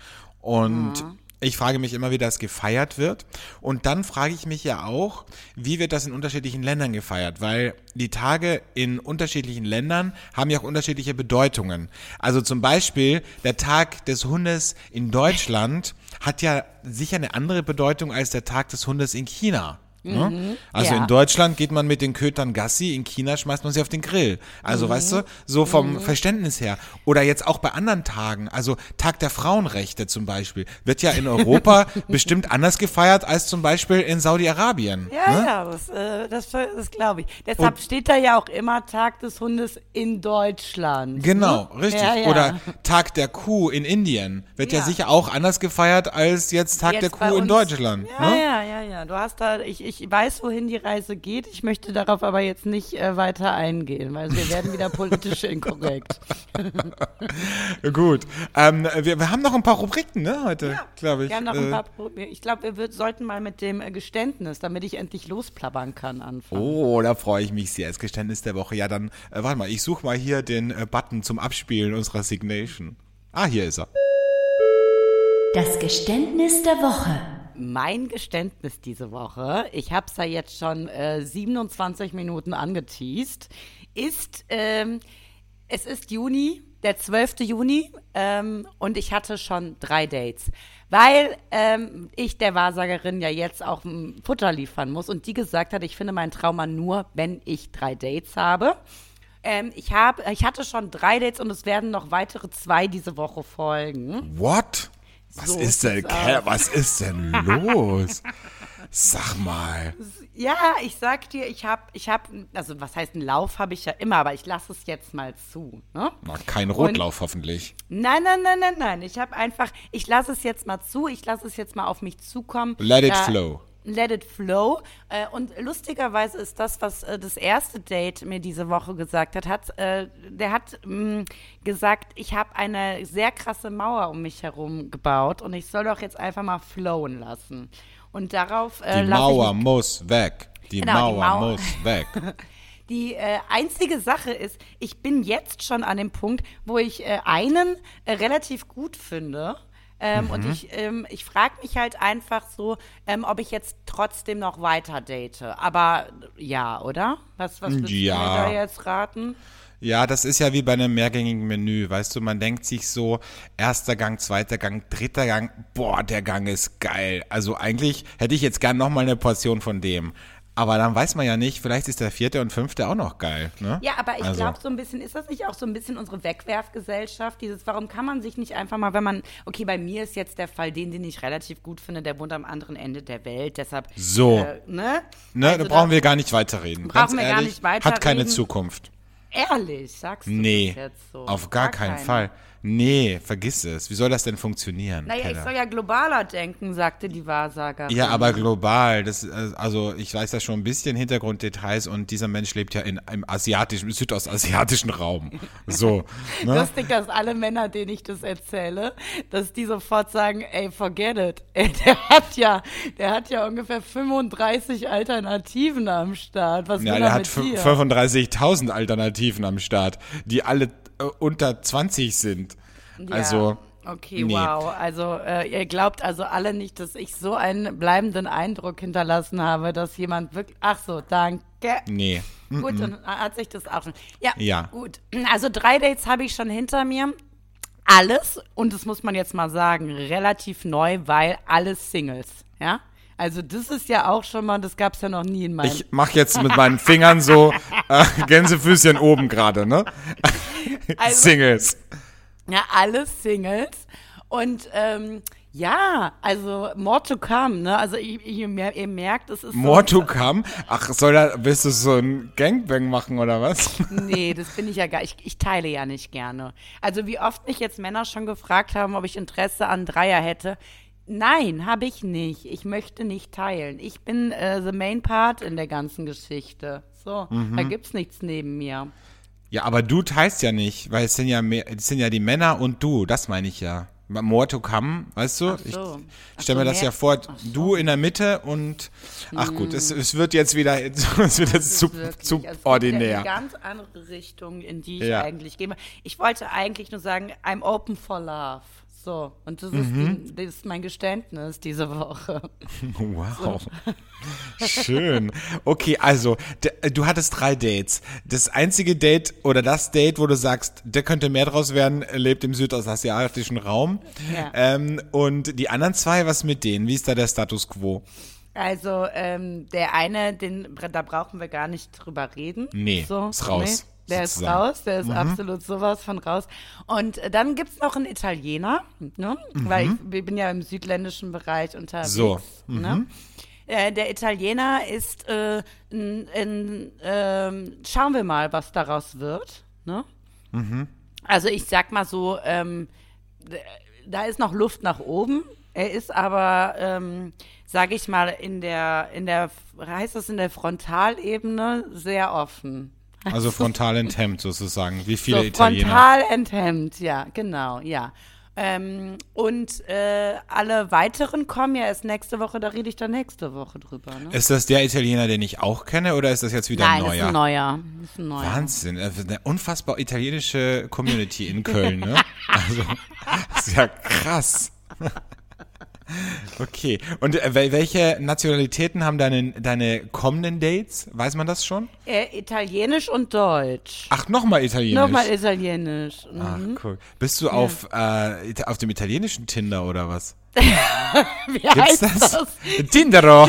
B: und ich frage mich immer, wie das gefeiert wird. Und dann frage ich mich ja auch, wie wird das in unterschiedlichen Ländern gefeiert? Weil die Tage in unterschiedlichen Ländern haben ja auch unterschiedliche Bedeutungen. Also zum Beispiel der Tag des Hundes in Deutschland hat ja sicher eine andere Bedeutung als der Tag des Hundes in China. Ne? Also
A: ja.
B: in Deutschland geht man mit den Kötern Gassi, in China schmeißt man sie auf den Grill. Also weißt du, so vom Verständnis her. Oder jetzt auch bei anderen Tagen, also Tag der Frauenrechte zum Beispiel, wird ja in Europa bestimmt anders gefeiert als zum Beispiel in Saudi-Arabien.
A: Ja,
B: ne?
A: ja, das glaube ich. Deshalb steht da ja auch immer Tag des Hundes in Deutschland.
B: Genau,
A: ne?
B: richtig.
A: Ja, ja.
B: Oder Tag der Kuh in Indien wird ja
A: Ja.
B: sicher auch anders gefeiert als jetzt Tag
A: Jetzt
B: der
A: bei
B: Kuh in
A: uns.
B: Deutschland.
A: Ja,
B: ne?
A: ja. Du hast da, ich weiß, wohin die Reise geht. Ich möchte darauf aber jetzt nicht weiter eingehen, weil wir werden wieder politisch inkorrekt.
B: Gut. Wir haben noch ein paar Rubriken, ne, heute, glaube ich.
A: Wir haben noch ein paar ich glaube, wir sollten mal mit dem Geständnis, damit ich endlich losplappern kann, anfangen.
B: Oh, da freue ich mich sehr. Das Geständnis der Woche. Ja, dann, warte mal, ich suche mal hier den Button zum Abspielen unserer Signation. Ah, hier ist er.
C: Das Geständnis der Woche.
A: Mein Geständnis diese Woche, ich habe es ja jetzt schon 27 Minuten angeteast, ist, es ist Juni, der 12. Juni und ich hatte schon 3 Dates, weil ich der Wahrsagerin ja jetzt auch Futter liefern muss und die gesagt hat, ich finde meinen Trauma nur, wenn ich 3 Dates habe. Ich hatte schon 3 Dates und es werden noch weitere 2 diese Woche folgen.
B: What? Was
A: So
B: ist denn,
A: sieht's aus.
B: was ist denn los? Sag mal.
A: Ja, ich sag dir, ich hab, also was heißt ein Lauf habe ich ja immer, aber ich lasse es jetzt mal zu. Ne?
B: Na, kein Rotlauf hoffentlich.
A: Nein. Ich lasse es jetzt mal zu, ich lasse es jetzt mal auf mich zukommen.
B: Let it flow.
A: let it flow. Und lustigerweise ist das, was das erste Date mir diese Woche gesagt hat, der hat gesagt, ich habe eine sehr krasse Mauer um mich herum gebaut und ich soll doch jetzt einfach mal flowen lassen. Und darauf
B: Die Mauer muss weg. Die
A: Genau,
B: Mauer muss weg.
A: Die einzige Sache ist, ich bin jetzt schon an dem Punkt, wo ich einen relativ gut finde. Und ich frage mich halt einfach so, ob ich jetzt trotzdem noch weiter date. Aber ja, oder? Was würdest du mir da jetzt raten?
B: Ja, das ist ja wie bei einem mehrgängigen Menü, weißt du, man denkt sich so, erster Gang, zweiter Gang, dritter Gang, boah, der Gang ist geil. Also eigentlich hätte ich jetzt gern nochmal eine Portion von dem. Aber dann weiß man ja nicht, vielleicht ist der vierte und fünfte auch noch geil. Ne?
A: Ja, aber ich glaube so ein bisschen, ist das nicht auch so ein bisschen unsere Wegwerfgesellschaft? Warum kann man sich nicht einfach mal, wenn man, okay, bei mir ist jetzt der Fall, den ich relativ gut finde, der wohnt am anderen Ende der Welt, deshalb,
B: so,
A: ne?
B: Also da brauchen wir gar nicht weiterreden.
A: Brauchen wir gar nicht weiterreden.
B: Hat keine Zukunft.
A: Ehrlich, sagst du das jetzt so?
B: Auf gar keinen Fall. Nee, vergiss es. Wie soll das denn funktionieren?
A: Naja, ich soll ja globaler denken, sagte die Wahrsagerin.
B: Ja, aber global. Also ich weiß ja schon ein bisschen Hintergrunddetails und dieser Mensch lebt ja im südostasiatischen Raum. So. Ne?
A: Lustig, dass alle Männer, denen ich das erzähle, dass die sofort sagen, ey, forget it. Der hat ja ungefähr 35 Alternativen am Start. Was will
B: der hat
A: mit dir?
B: 35.000 Alternativen am Start, die alle unter 20 sind.
A: Ja,
B: also
A: okay, wow. Also ihr glaubt also alle nicht, dass ich so einen bleibenden Eindruck hinterlassen habe, dass jemand wirklich, ach so, danke.
B: Nee.
A: Gut, dann hat sich das auch schon.
B: Ja.
A: Gut. Also 3 Dates habe ich schon hinter mir. Alles, und das muss man jetzt mal sagen, relativ neu, weil alles Singles, ja? Also das ist ja auch schon mal, das gab es ja noch nie in meinem...
B: Ich mache jetzt mit meinen Fingern so Gänsefüßchen oben gerade, ne? Also, Singles.
A: Ja, alles Singles. Und ja, also more to come, ne? Also ihr merkt, es ist
B: more to come? Ach, willst du so ein Gangbang machen oder was?
A: Nee, das bin ich ja gar nicht. Ich teile ja nicht gerne. Also wie oft mich jetzt Männer schon gefragt haben, ob ich Interesse an Dreier hätte. Nein, habe ich nicht. Ich möchte nicht teilen. Ich bin the main part in der ganzen Geschichte. So, da gibt's nichts neben mir.
B: Ja, aber du teilst ja nicht, weil es sind ja die Männer und du, das meine ich ja. More to come, weißt du?
A: Ach so.
B: Ich stelle mir das ja vor, du in der Mitte und, ach gut, es wird jetzt wieder, subordinär.
A: Eine ganz andere Richtung, in die ich eigentlich gehe. Ich wollte eigentlich nur sagen, I'm open for love. So, und das ist mein Geständnis diese Woche.
B: Wow. So. Schön. Okay, also, du hattest 3 Dates. Das einzige Date oder das Date, wo du sagst, der könnte mehr draus werden, lebt im südostasiatischen Raum. Ja. Und die anderen 2, was mit denen? Wie ist da der Status quo?
A: Also, der eine, da brauchen wir gar nicht drüber reden.
B: Nee, so, ist raus. Nee.
A: Der ist raus, der ist absolut sowas von raus. Und dann gibt es noch einen Italiener, ne? Weil ich bin ja im südländischen Bereich unterwegs.
B: So.
A: Ne? Der Italiener ist, schauen wir mal, was daraus wird. Ne? Also ich sag mal so, da ist noch Luft nach oben. Er ist aber, sage ich mal, in der heißt das in der Frontalebene sehr offen.
B: Also frontal enthemmt sozusagen, wie viele
A: so,
B: Italiener.
A: Frontal enthemmt, ja, genau, ja. Und alle weiteren kommen ja erst nächste Woche, da rede ich dann nächste Woche drüber. Ne?
B: Ist das der Italiener, den ich auch kenne, oder ist das jetzt wieder ein neuer?
A: Nein, das ist ein neuer.
B: Wahnsinn, eine unfassbar italienische Community in Köln, ne? Also, das ist ja krass. Okay, und welche Nationalitäten haben deine kommenden Dates? Weiß man das schon?
A: Italienisch und Deutsch.
B: Ach, nochmal Italienisch?
A: Nochmal Italienisch.
B: Ach, cool. Bist du auf dem italienischen Tinder oder was?
A: Wie heißt das?
B: Tindero.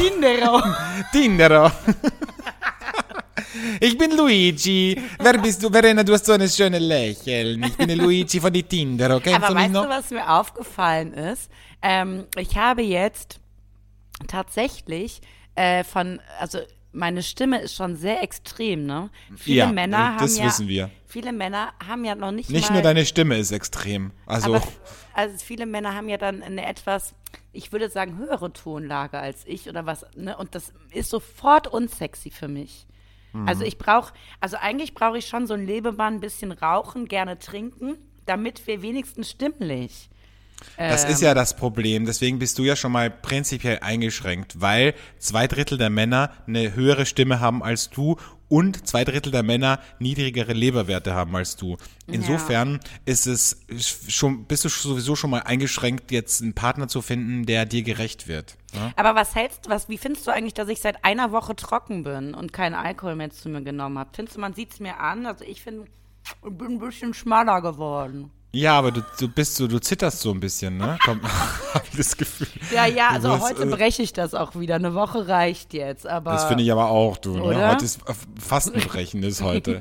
B: Ich bin Luigi. Wer bist du? Verena, du hast so eine schöne Lächeln. Ich bin Luigi von die Tindero. Kennst
A: Aber
B: du mich
A: weißt
B: noch?
A: du, was mir aufgefallen ist? Ich habe jetzt tatsächlich also meine Stimme ist schon sehr extrem, ne? Viele Männer
B: wissen wir.
A: Viele Männer haben ja noch nicht
B: nur deine Stimme ist extrem. Also
A: viele Männer haben ja dann eine etwas, ich würde sagen, höhere Tonlage als ich oder was, ne? Und das ist sofort unsexy für mich. Also eigentlich brauche ich schon so ein Lebemann, ein bisschen rauchen, gerne trinken, damit wir wenigstens stimmlich.
B: Das ist ja das Problem, deswegen bist du ja schon mal prinzipiell eingeschränkt, weil 2/3 der Männer eine höhere Stimme haben als du und 2/3 der Männer niedrigere Leberwerte haben als du. Insofern bist du sowieso schon mal eingeschränkt, jetzt einen Partner zu finden, der dir gerecht wird. Ja?
A: Aber wie findest du eigentlich, dass ich seit einer Woche trocken bin und keinen Alkohol mehr zu mir genommen habe? Findest du, man sieht es mir an? Also ich finde, ich bin ein bisschen schmaler geworden.
B: Ja, aber du zitterst so ein bisschen, ne? Komm, hab ich das Gefühl.
A: Ja, also heute breche ich das auch wieder. Eine Woche reicht jetzt, aber.
B: Das finde ich aber auch, du, ne?
A: Oder?
B: Heute ist Fastenbrechen ist heute.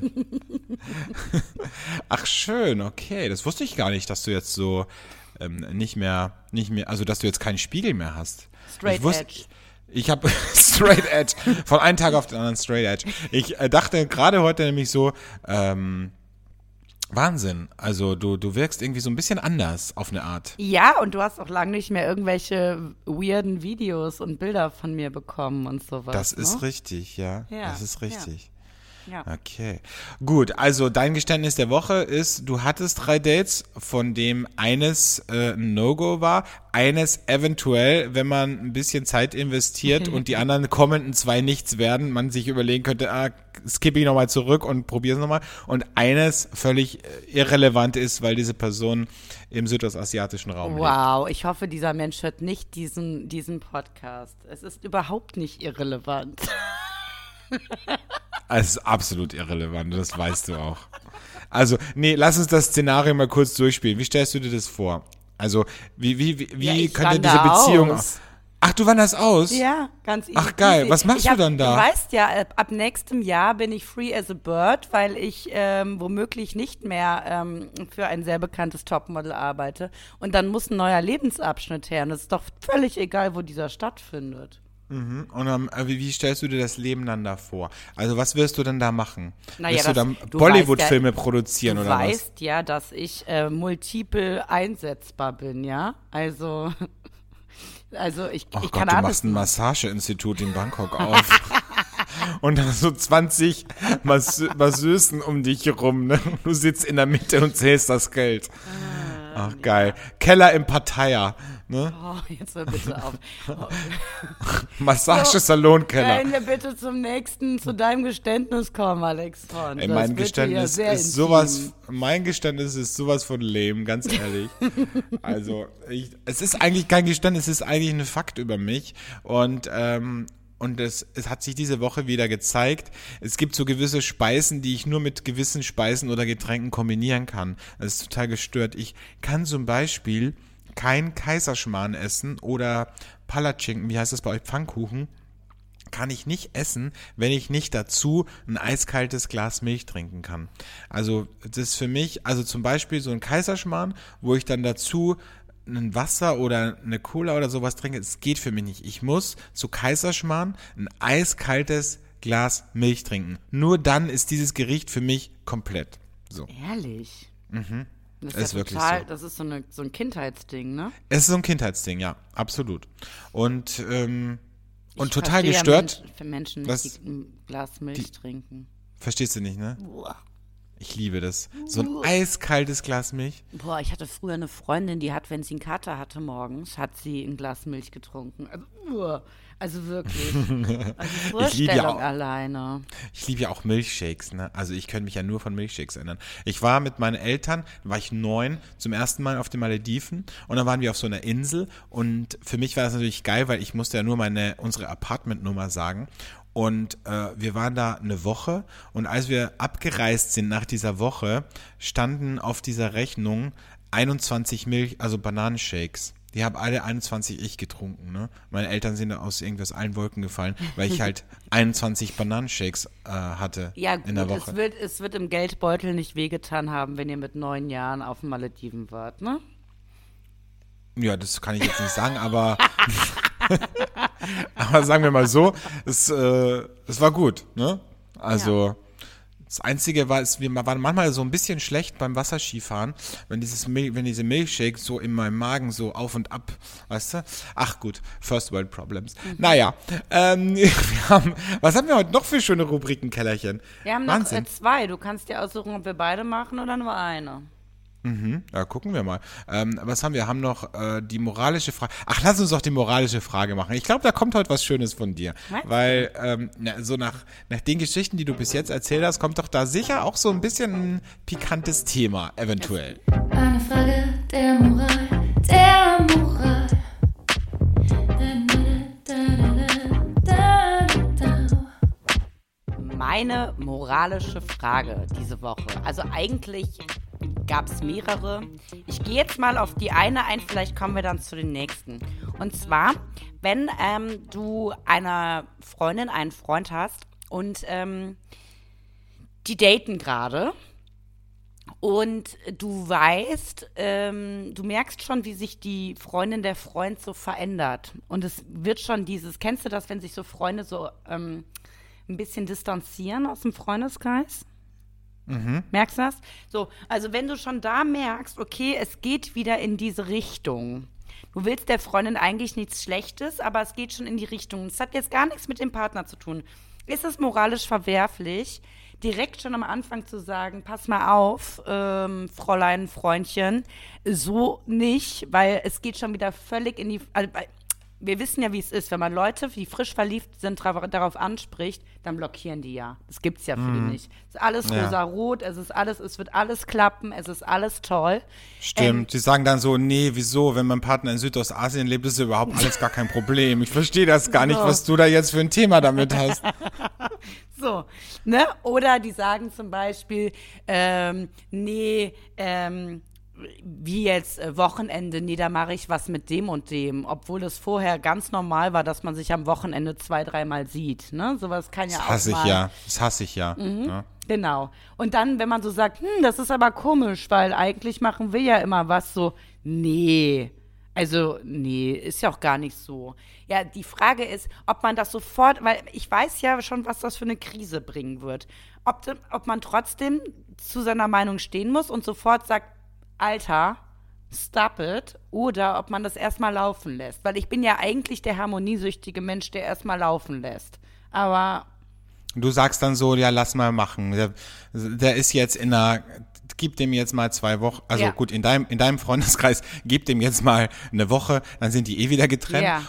B: Ach, schön, okay. Das wusste ich gar nicht, dass du jetzt so nicht mehr, also dass du jetzt keinen Spiegel mehr hast.
A: Straight Edge.
B: Ich habe Straight Edge, von einem Tag auf den anderen Straight Edge. Ich dachte gerade heute nämlich so, Wahnsinn. Also du wirkst irgendwie so ein bisschen anders auf eine Art.
A: Ja, und du hast auch lange nicht mehr irgendwelche weirden Videos und Bilder von mir bekommen und sowas.
B: Das ist richtig, ja.
A: Ja,
B: Das ist richtig.
A: Ja.
B: Okay. Gut, also dein Geständnis der Woche ist, du hattest 3 Dates, von dem eines ein No-Go war, eines eventuell, wenn man ein bisschen Zeit investiert und die anderen kommenden 2 nichts werden, man sich überlegen könnte, skippe ich nochmal zurück und probiere es nochmal. Und eines völlig irrelevant ist, weil diese Person im südostasiatischen Raum lebt.
A: Wow, ich hoffe, dieser Mensch hört nicht diesen Podcast. Es ist überhaupt nicht irrelevant.
B: Es ist absolut irrelevant, das weißt du auch. Also, nee, lass uns das Szenario mal kurz durchspielen. Wie stellst du dir das vor? Also, wie könnte diese Beziehung
A: aus.
B: Ach, du wanderst aus?
A: Ja, ganz easy.
B: Ach, geil. Was machst du dann da?
A: Du weißt ja, ab nächstem Jahr bin ich free as a bird, weil ich womöglich nicht mehr für ein sehr bekanntes Topmodel arbeite. Und dann muss ein neuer Lebensabschnitt her. Und es ist doch völlig egal, wo dieser stattfindet.
B: Mhm. Und wie stellst du dir das Leben dann da vor? Also was wirst du denn da machen?
A: Naja,
B: wirst du dann Bollywood-Filme produzieren oder was?
A: Du weißt ja, dass ich multiple einsetzbar bin, ja? Also ich
B: Gott,
A: kann
B: du
A: alles
B: machst ein
A: machen.
B: Massageinstitut in Bangkok auf. Und dann so 20 Masseusen um dich herum, ne? Du sitzt in der Mitte und zählst das Geld. Ach, geil. Keller im Pattaya, ne?
A: Oh, jetzt hör bitte auf.
B: Massagesalon-Keller.
A: Können wir bitte zu deinem Geständnis kommen, Alex von.
B: Ey, mein Geständnis ist sowas von lame, ganz ehrlich. Also, es ist eigentlich kein Geständnis, es ist eigentlich ein Fakt über mich. Und es hat sich diese Woche wieder gezeigt, es gibt so gewisse Speisen, die ich nur mit gewissen Speisen oder Getränken kombinieren kann. Das ist total gestört. Ich kann zum Beispiel kein Kaiserschmarrn essen oder Palatschinken, wie heißt das bei euch, Pfannkuchen, kann ich nicht essen, wenn ich nicht dazu ein eiskaltes Glas Milch trinken kann. Also das ist für mich, also zum Beispiel so ein Kaiserschmarrn, wo ich dann dazu ein Wasser oder eine Cola oder sowas trinke, es geht für mich nicht. Ich muss zu Kaiserschmarrn ein eiskaltes Glas Milch trinken. Nur dann ist dieses Gericht für mich komplett. So.
A: Ehrlich?
B: Mhm.
A: Das
B: ist
A: ja
B: wirklich
A: total,
B: so.
A: das ist so ein Kindheitsding, ne?
B: Es ist so ein Kindheitsding, ja, absolut. Und
A: Ich
B: total
A: verstehe
B: gestört.
A: Für Menschen,
B: was-
A: die ein Glas Milch trinken.
B: Verstehst du nicht, ne?
A: Boah.
B: Ich liebe das. So ein eiskaltes Glas Milch.
A: Boah, ich hatte früher eine Freundin, die hat, wenn sie einen Kater hatte morgens, hat sie ein Glas Milch getrunken. Also wirklich. Also Vorstellung alleine.
B: Ich liebe ja auch Milchshakes, ne? Also ich könnte mich ja nur von Milchshakes erinnern. Ich war mit meinen Eltern, da war ich 9, zum ersten Mal auf den Malediven und dann waren wir auf so einer Insel und für mich war das natürlich geil, weil ich musste ja nur unsere Apartmentnummer sagen. Und wir waren da eine Woche und als wir abgereist sind nach dieser Woche, standen auf dieser Rechnung 21 Bananenshakes. Die haben alle 21 getrunken, ne? Meine Eltern sind da aus allen Wolken gefallen, weil ich halt 21 Bananenshakes hatte
A: Ja,
B: in der
A: gut,
B: Woche.
A: es wird im Geldbeutel nicht wehgetan haben, wenn ihr mit 9 Jahren auf den Malediven wart, ne?
B: Ja, das kann ich jetzt nicht sagen, aber aber sagen wir mal so, es war gut, ne? Also Das Einzige war, wir waren manchmal so ein bisschen schlecht beim Wasserskifahren, wenn diese Milkshakes so in meinem Magen so auf und ab, weißt du? Ach gut, First World Problems. Naja, was haben wir heute noch für schöne Rubriken, Kellerchen?
A: Wir haben noch 2. Du kannst dir aussuchen, ob wir beide machen oder nur eine.
B: Ja, gucken wir mal. Was haben wir? Wir haben noch die moralische Frage. Ach, lass uns doch die moralische Frage machen. Ich glaube, da kommt heute was Schönes von dir. Was? Weil so nach den Geschichten, die du bis jetzt erzählt hast, kommt doch da sicher auch so ein bisschen ein pikantes Thema, eventuell.
C: Eine Frage der Moral, der Moral.
A: Meine moralische Frage diese Woche. Also eigentlich gab es mehrere. Ich gehe jetzt mal auf die eine ein, vielleicht kommen wir dann zu den nächsten. Und zwar, wenn du eine Freundin, einen Freund hast und die daten gerade und du weißt, du merkst schon, wie sich die Freundin, der Freund so verändert. Und es wird schon kennst du das, wenn sich so Freunde so ein bisschen distanzieren aus dem Freundeskreis? Merkst du das? So, also wenn du schon da merkst, okay, es geht wieder in diese Richtung. Du willst der Freundin eigentlich nichts Schlechtes, aber es geht schon in die Richtung. Es hat jetzt gar nichts mit dem Partner zu tun. Ist es moralisch verwerflich, direkt schon am Anfang zu sagen, pass mal auf, Fräulein, Freundchen, so nicht, weil es geht schon wieder völlig in die... Also, wir wissen ja, wie es ist, wenn man Leute, die frisch verliebt sind, darauf anspricht, dann blockieren die ja. Das gibt's ja viele nicht. Es ist alles rosa-rot, es wird alles klappen, es ist alles toll.
B: Stimmt, die sagen dann so, nee, wieso, wenn mein Partner in Südostasien lebt, ist überhaupt alles gar kein Problem. Ich verstehe das gar nicht, was du da jetzt für ein Thema damit hast.
A: So, ne? Oder die sagen zum Beispiel, wie jetzt Wochenende, nee, da mache ich was mit dem und dem, obwohl es vorher ganz normal war, dass man sich am Wochenende 2-3 Mal sieht, ne? Sowas kann ja auch mal.
B: Das hasse ich ja. Ja.
A: Genau. Und dann, wenn man so sagt, das ist aber komisch, weil eigentlich machen wir ja immer was so, nee, ist ja auch gar nicht so. Ja, die Frage ist, ob man das sofort, weil ich weiß ja schon, was das für eine Krise bringen wird, ob man trotzdem zu seiner Meinung stehen muss und sofort sagt, Alter, stop it, oder ob man das erstmal laufen lässt. Weil ich bin ja eigentlich der harmoniesüchtige Mensch, der erstmal laufen lässt. Aber
B: du sagst dann so, ja, lass mal machen. Der ist jetzt gib dem jetzt mal 2 Wochen, also gut, in deinem Freundeskreis, gib dem jetzt mal eine Woche, dann sind die wieder getrennt. Ja.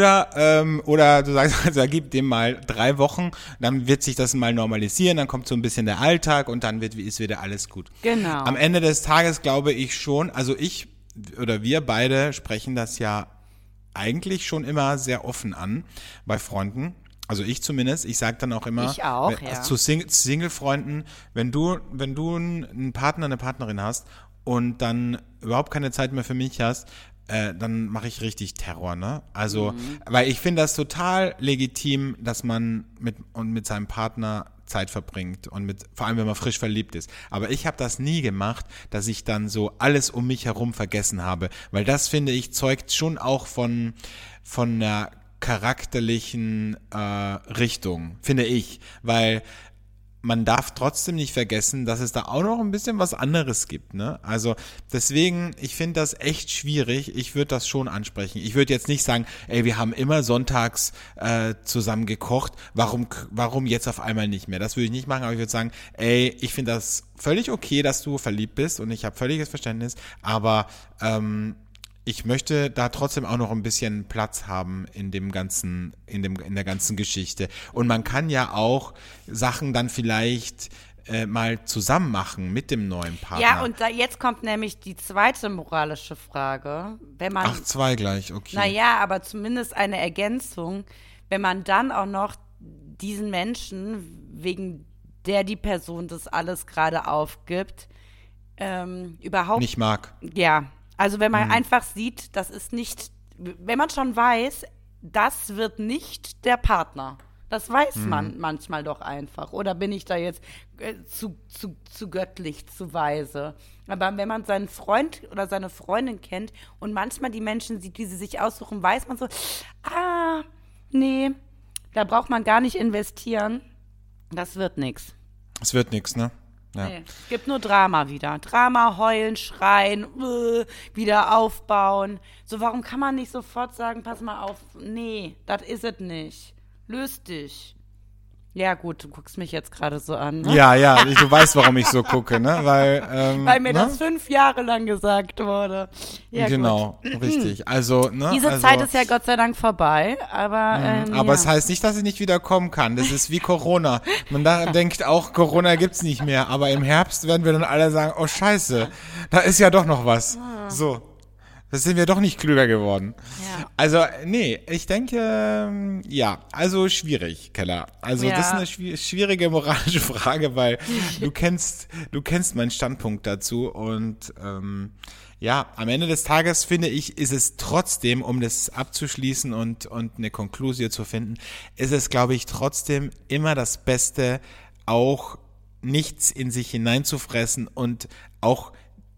B: Oder du sagst, also gib dem mal 3 Wochen, dann wird sich das mal normalisieren, dann kommt so ein bisschen der Alltag und dann ist wieder alles gut.
A: Genau.
B: Am Ende des Tages glaube ich schon, also wir beide sprechen das ja eigentlich schon immer sehr offen an bei Freunden. Also ich zumindest, ich sage dann auch immer,
A: ich auch, ja.
B: Zu Single-Freunden, wenn du einen Partner, eine Partnerin hast und dann überhaupt keine Zeit mehr für mich hast, dann mache ich richtig Terror, ne? Also, weil ich finde das total legitim, dass man mit seinem Partner Zeit verbringt und vor allem, wenn man frisch verliebt ist. Aber ich habe das nie gemacht, dass ich dann so alles um mich herum vergessen habe, weil das, finde ich, zeugt schon auch von einer charakterlichen Richtung, finde ich, weil man darf trotzdem nicht vergessen, dass es da auch noch ein bisschen was anderes gibt, ne? Also deswegen, ich finde das echt schwierig. Ich würde das schon ansprechen. Ich würde jetzt nicht sagen, ey, wir haben immer sonntags zusammen gekocht. Warum jetzt auf einmal nicht mehr? Das würde ich nicht machen, aber ich würde sagen, ey, ich finde das völlig okay, dass du verliebt bist und ich habe völliges Verständnis, aber ich möchte da trotzdem auch noch ein bisschen Platz haben in der ganzen Geschichte. Und man kann ja auch Sachen dann vielleicht mal zusammen machen mit dem neuen Partner.
A: Ja, und jetzt kommt nämlich die zweite moralische Frage.
B: Ach, 2 gleich, okay.
A: Naja, aber zumindest eine Ergänzung, wenn man dann auch noch diesen Menschen, wegen der die Person das alles gerade aufgibt, überhaupt
B: nicht mag.
A: Ja. Also wenn man einfach sieht, das ist nicht, wenn man schon weiß, das wird nicht der Partner. Das weiß man manchmal doch einfach. Oder bin ich da jetzt zu göttlich, zu weise? Aber wenn man seinen Freund oder seine Freundin kennt und manchmal die Menschen sieht, wie sie sich aussuchen, weiß man so, nee, da braucht man gar nicht investieren. Das wird nichts.
B: Es wird nichts, ne? Ja.
A: Nee, es gibt nur Drama wieder. Drama, heulen, schreien, wieder aufbauen. So, warum kann man nicht sofort sagen, pass mal auf, nee, das is es nicht. Löst dich. Ja gut, du guckst mich jetzt gerade so an. Ne?
B: Ja, du weißt, warum ich so gucke, ne? Weil
A: mir das 5 Jahre lang gesagt wurde. Ja,
B: genau,
A: gut.
B: richtig. Also, ne?
A: Diese Zeit ist ja Gott sei Dank vorbei, aber
B: es heißt nicht, dass sie nicht wieder kommen kann. Das ist wie Corona. Man denkt auch, Corona gibt's nicht mehr. Aber im Herbst werden wir dann alle sagen, oh Scheiße, da ist ja doch noch was. So. Das sind wir doch nicht klüger geworden.
A: Ja.
B: Also, nee, ich denke, also schwierig, Keller. Also das ist eine schwierige moralische Frage, weil du kennst meinen Standpunkt dazu und am Ende des Tages finde ich, ist es trotzdem, um das abzuschließen und eine Konklusion zu finden, ist es, glaube ich, trotzdem immer das Beste, auch nichts in sich hineinzufressen und auch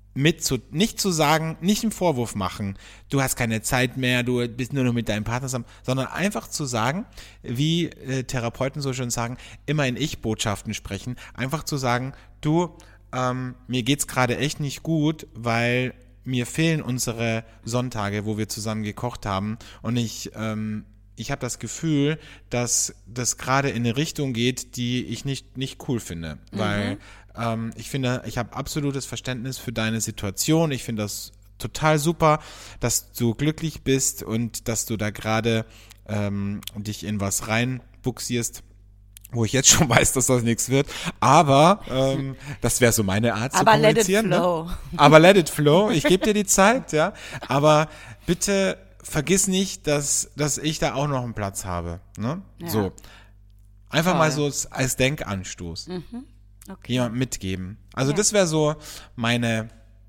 B: nicht zu sagen, nicht einen Vorwurf machen, du hast keine Zeit mehr, du bist nur noch mit deinem Partner zusammen, sondern einfach zu sagen, wie Therapeuten so schön sagen, immer in Ich-Botschaften sprechen, einfach zu sagen, du, mir geht's gerade echt nicht gut, weil mir fehlen unsere Sonntage, wo wir zusammen gekocht haben und ich habe das Gefühl, dass das gerade in eine Richtung geht, die ich nicht cool finde, weil ich finde, ich habe absolutes Verständnis für deine Situation. Ich finde das total super, dass du glücklich bist und dass du da gerade dich in was reinbuxierst, wo ich jetzt schon weiß, dass das nichts wird. Aber das wäre so meine Art zu kommunizieren.
A: Let it flow.
B: Ne? Aber let it flow. Ich gebe dir die Zeit, ja. Aber bitte vergiss nicht, dass ich da auch noch einen Platz habe. Ne? Ja. So. Einfach mal so als Denkanstoß. Okay. Jemand mitgeben. Also das wäre so meine,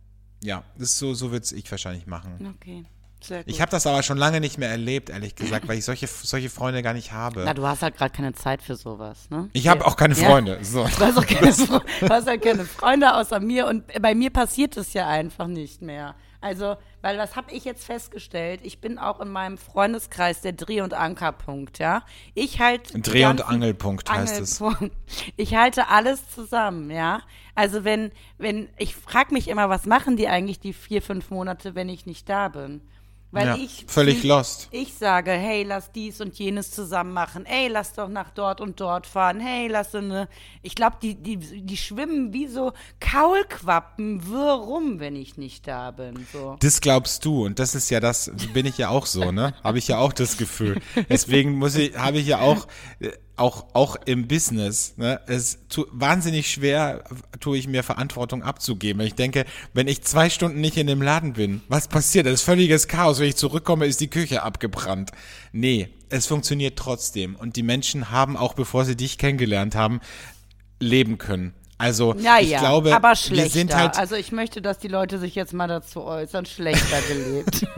B: das so würde es ich wahrscheinlich machen.
A: Okay, sehr gut.
B: Ich habe das aber schon lange nicht mehr erlebt, ehrlich gesagt, weil ich solche Freunde gar nicht habe.
A: Na, du hast halt gerade keine Zeit für sowas, ne?
B: Ich habe auch keine Freunde. So.
A: Du hast halt keine Freunde außer mir und bei mir passiert es ja einfach nicht mehr. Also, weil was habe ich jetzt festgestellt? Ich bin auch in meinem Freundeskreis der Dreh- und Ankerpunkt, ja.
B: Dreh- und Angelpunkt heißt es.
A: Ich halte alles zusammen, ja. Also ich frage mich immer, was machen die eigentlich die 4-5 Monate, wenn ich nicht da bin? Weil
B: völlig lost.
A: Ich sage, hey, lass dies und jenes zusammen machen. Ey, lass doch nach dort und dort fahren. Hey, ich glaube, die schwimmen wie so Kaulquappen wirr rum, wenn ich nicht da bin. So.
B: Das glaubst du und das ist ja bin ich ja auch so, ne? Habe ich ja auch das Gefühl. Deswegen habe ich ja auch im Business, ne, wahnsinnig schwer tue ich mir Verantwortung abzugeben. Ich denke, wenn ich 2 Stunden nicht in dem Laden bin, was passiert? Das ist völliges Chaos. Wenn ich zurückkomme, ist die Küche abgebrannt. Nee, es funktioniert trotzdem. Und die Menschen haben auch, bevor sie dich kennengelernt haben, leben können. Also ich glaube,
A: aber schlechter.
B: Wir sind halt.
A: Also ich möchte, dass die Leute sich jetzt mal dazu äußern, schlechter gelebt.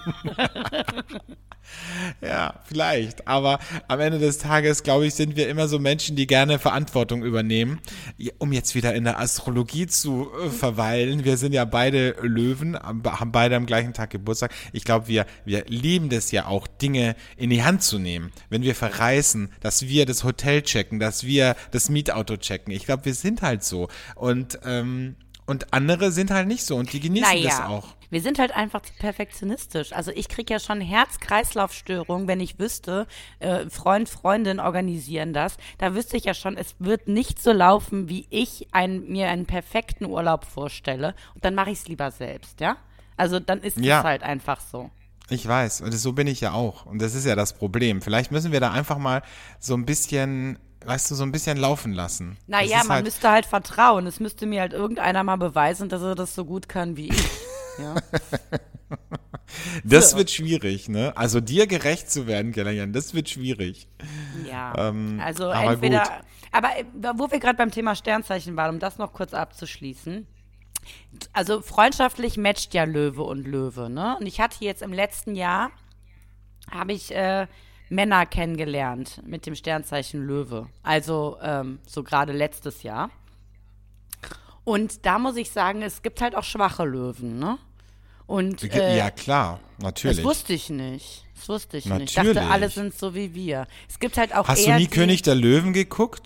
B: Ja, vielleicht. Aber am Ende des Tages, glaube ich, sind wir immer so Menschen, die gerne Verantwortung übernehmen. Um jetzt wieder in der Astrologie zu verweilen. Wir sind ja beide Löwen, haben beide am gleichen Tag Geburtstag. Ich glaube, wir lieben das ja auch, Dinge in die Hand zu nehmen. Wenn wir verreisen, dass wir das Hotel checken, dass wir das Mietauto checken. Ich glaube, wir sind halt so. Und andere sind halt nicht so und die genießen das auch.
A: Wir sind halt einfach zu perfektionistisch. Also ich kriege ja schon Herz-Kreislauf-Störungen, wenn ich wüsste, Freund, Freundin organisieren das. Da wüsste ich ja schon, es wird nicht so laufen, wie ich mir einen perfekten Urlaub vorstelle. Und dann mache ich es lieber selbst, ja? Also dann ist es halt einfach so.
B: Ich weiß, und so bin ich ja auch. Und das ist ja das Problem. Vielleicht müssen wir da einfach mal so ein bisschen laufen lassen.
A: Naja, man müsste halt vertrauen. Es müsste mir halt irgendeiner mal beweisen, dass er das so gut kann wie ich. Ja.
B: Das wird schwierig, ne? Also dir gerecht zu werden, Kellerian, das wird schwierig.
A: Ja, also aber entweder, gut. Aber wo wir gerade beim Thema Sternzeichen waren, um das noch kurz abzuschließen, also freundschaftlich matcht ja Löwe und Löwe, ne? Und ich hatte jetzt im letzten Jahr, habe ich Männer kennengelernt mit dem Sternzeichen Löwe, also so gerade letztes Jahr. Und da muss ich sagen, es gibt halt auch schwache Löwen, ne? Und,
B: ja, klar, natürlich.
A: Das wusste ich nicht. Ich dachte, alle sind so wie wir. Es gibt halt auch
B: Hast du nie König der Löwen geguckt?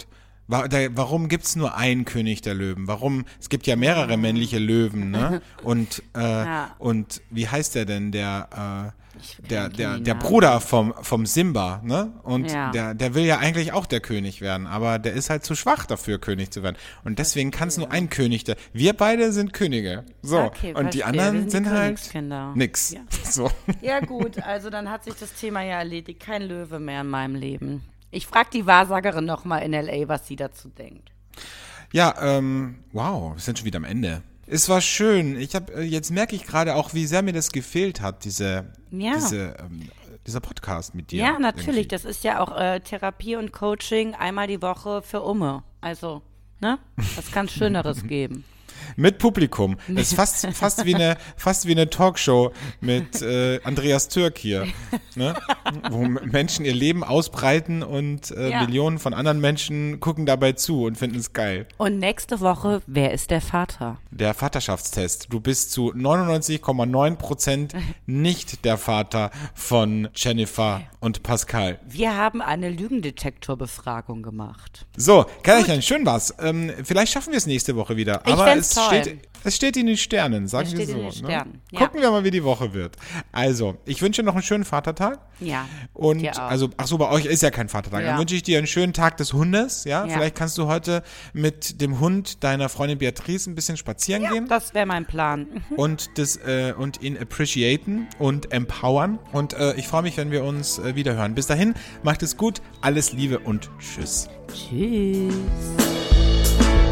B: Warum gibt's nur einen König der Löwen? Warum? Es gibt ja mehrere männliche Löwen, ne? Und wie heißt der denn? Der Bruder vom Simba, ne? Und der will ja eigentlich auch der König werden, aber der ist halt zu schwach dafür, König zu werden. Und deswegen kann es nur ein König wir beide sind Könige. So.
A: Okay,
B: und die anderen sind halt nix.
A: Ja.
B: So.
A: Ja gut, also dann hat sich das Thema ja erledigt. Kein Löwe mehr in meinem Leben. Ich frage die Wahrsagerin nochmal in L.A., was sie dazu denkt.
B: Ja, wow, wir sind schon wieder am Ende. Es war schön. Jetzt merke ich gerade auch, wie sehr mir das gefehlt hat, dieser Podcast mit dir.
A: Ja, natürlich.
B: Irgendwie.
A: Das ist ja auch Therapie und Coaching einmal die Woche für Umme. Also, ne? Was kann es Schöneres geben?
B: Mit Publikum. Das ist fast wie eine Talkshow mit Andreas Türk hier, ne? Wo Menschen ihr Leben ausbreiten und Millionen von anderen Menschen gucken dabei zu und finden es geil.
A: Und nächste Woche, wer ist der Vater?
B: Der Vaterschaftstest. Du bist zu 99,9% nicht der Vater von Jennifer und Pascal.
A: Wir haben eine Lügendetektorbefragung gemacht.
B: So, Kerlchen, schön war's. Vielleicht schaffen wir es nächste Woche wieder. Aber es steht in den Sternen, sagen wir so.
A: In den Sternen.
B: Ja. Gucken wir mal, wie die Woche wird. Also, ich wünsche noch einen schönen Vatertag.
A: Ja.
B: Und bei euch ist ja kein Vatertag.
A: Ja.
B: Dann wünsche ich dir einen schönen Tag des Hundes. Ja? Vielleicht kannst du heute mit dem Hund deiner Freundin Beatrice ein bisschen spazieren gehen.
A: Das wäre mein Plan.
B: Und ihn appreciaten und empowern. Und ich freue mich, wenn wir uns wieder hören. Bis dahin, macht es gut. Alles Liebe und tschüss.
A: Tschüss.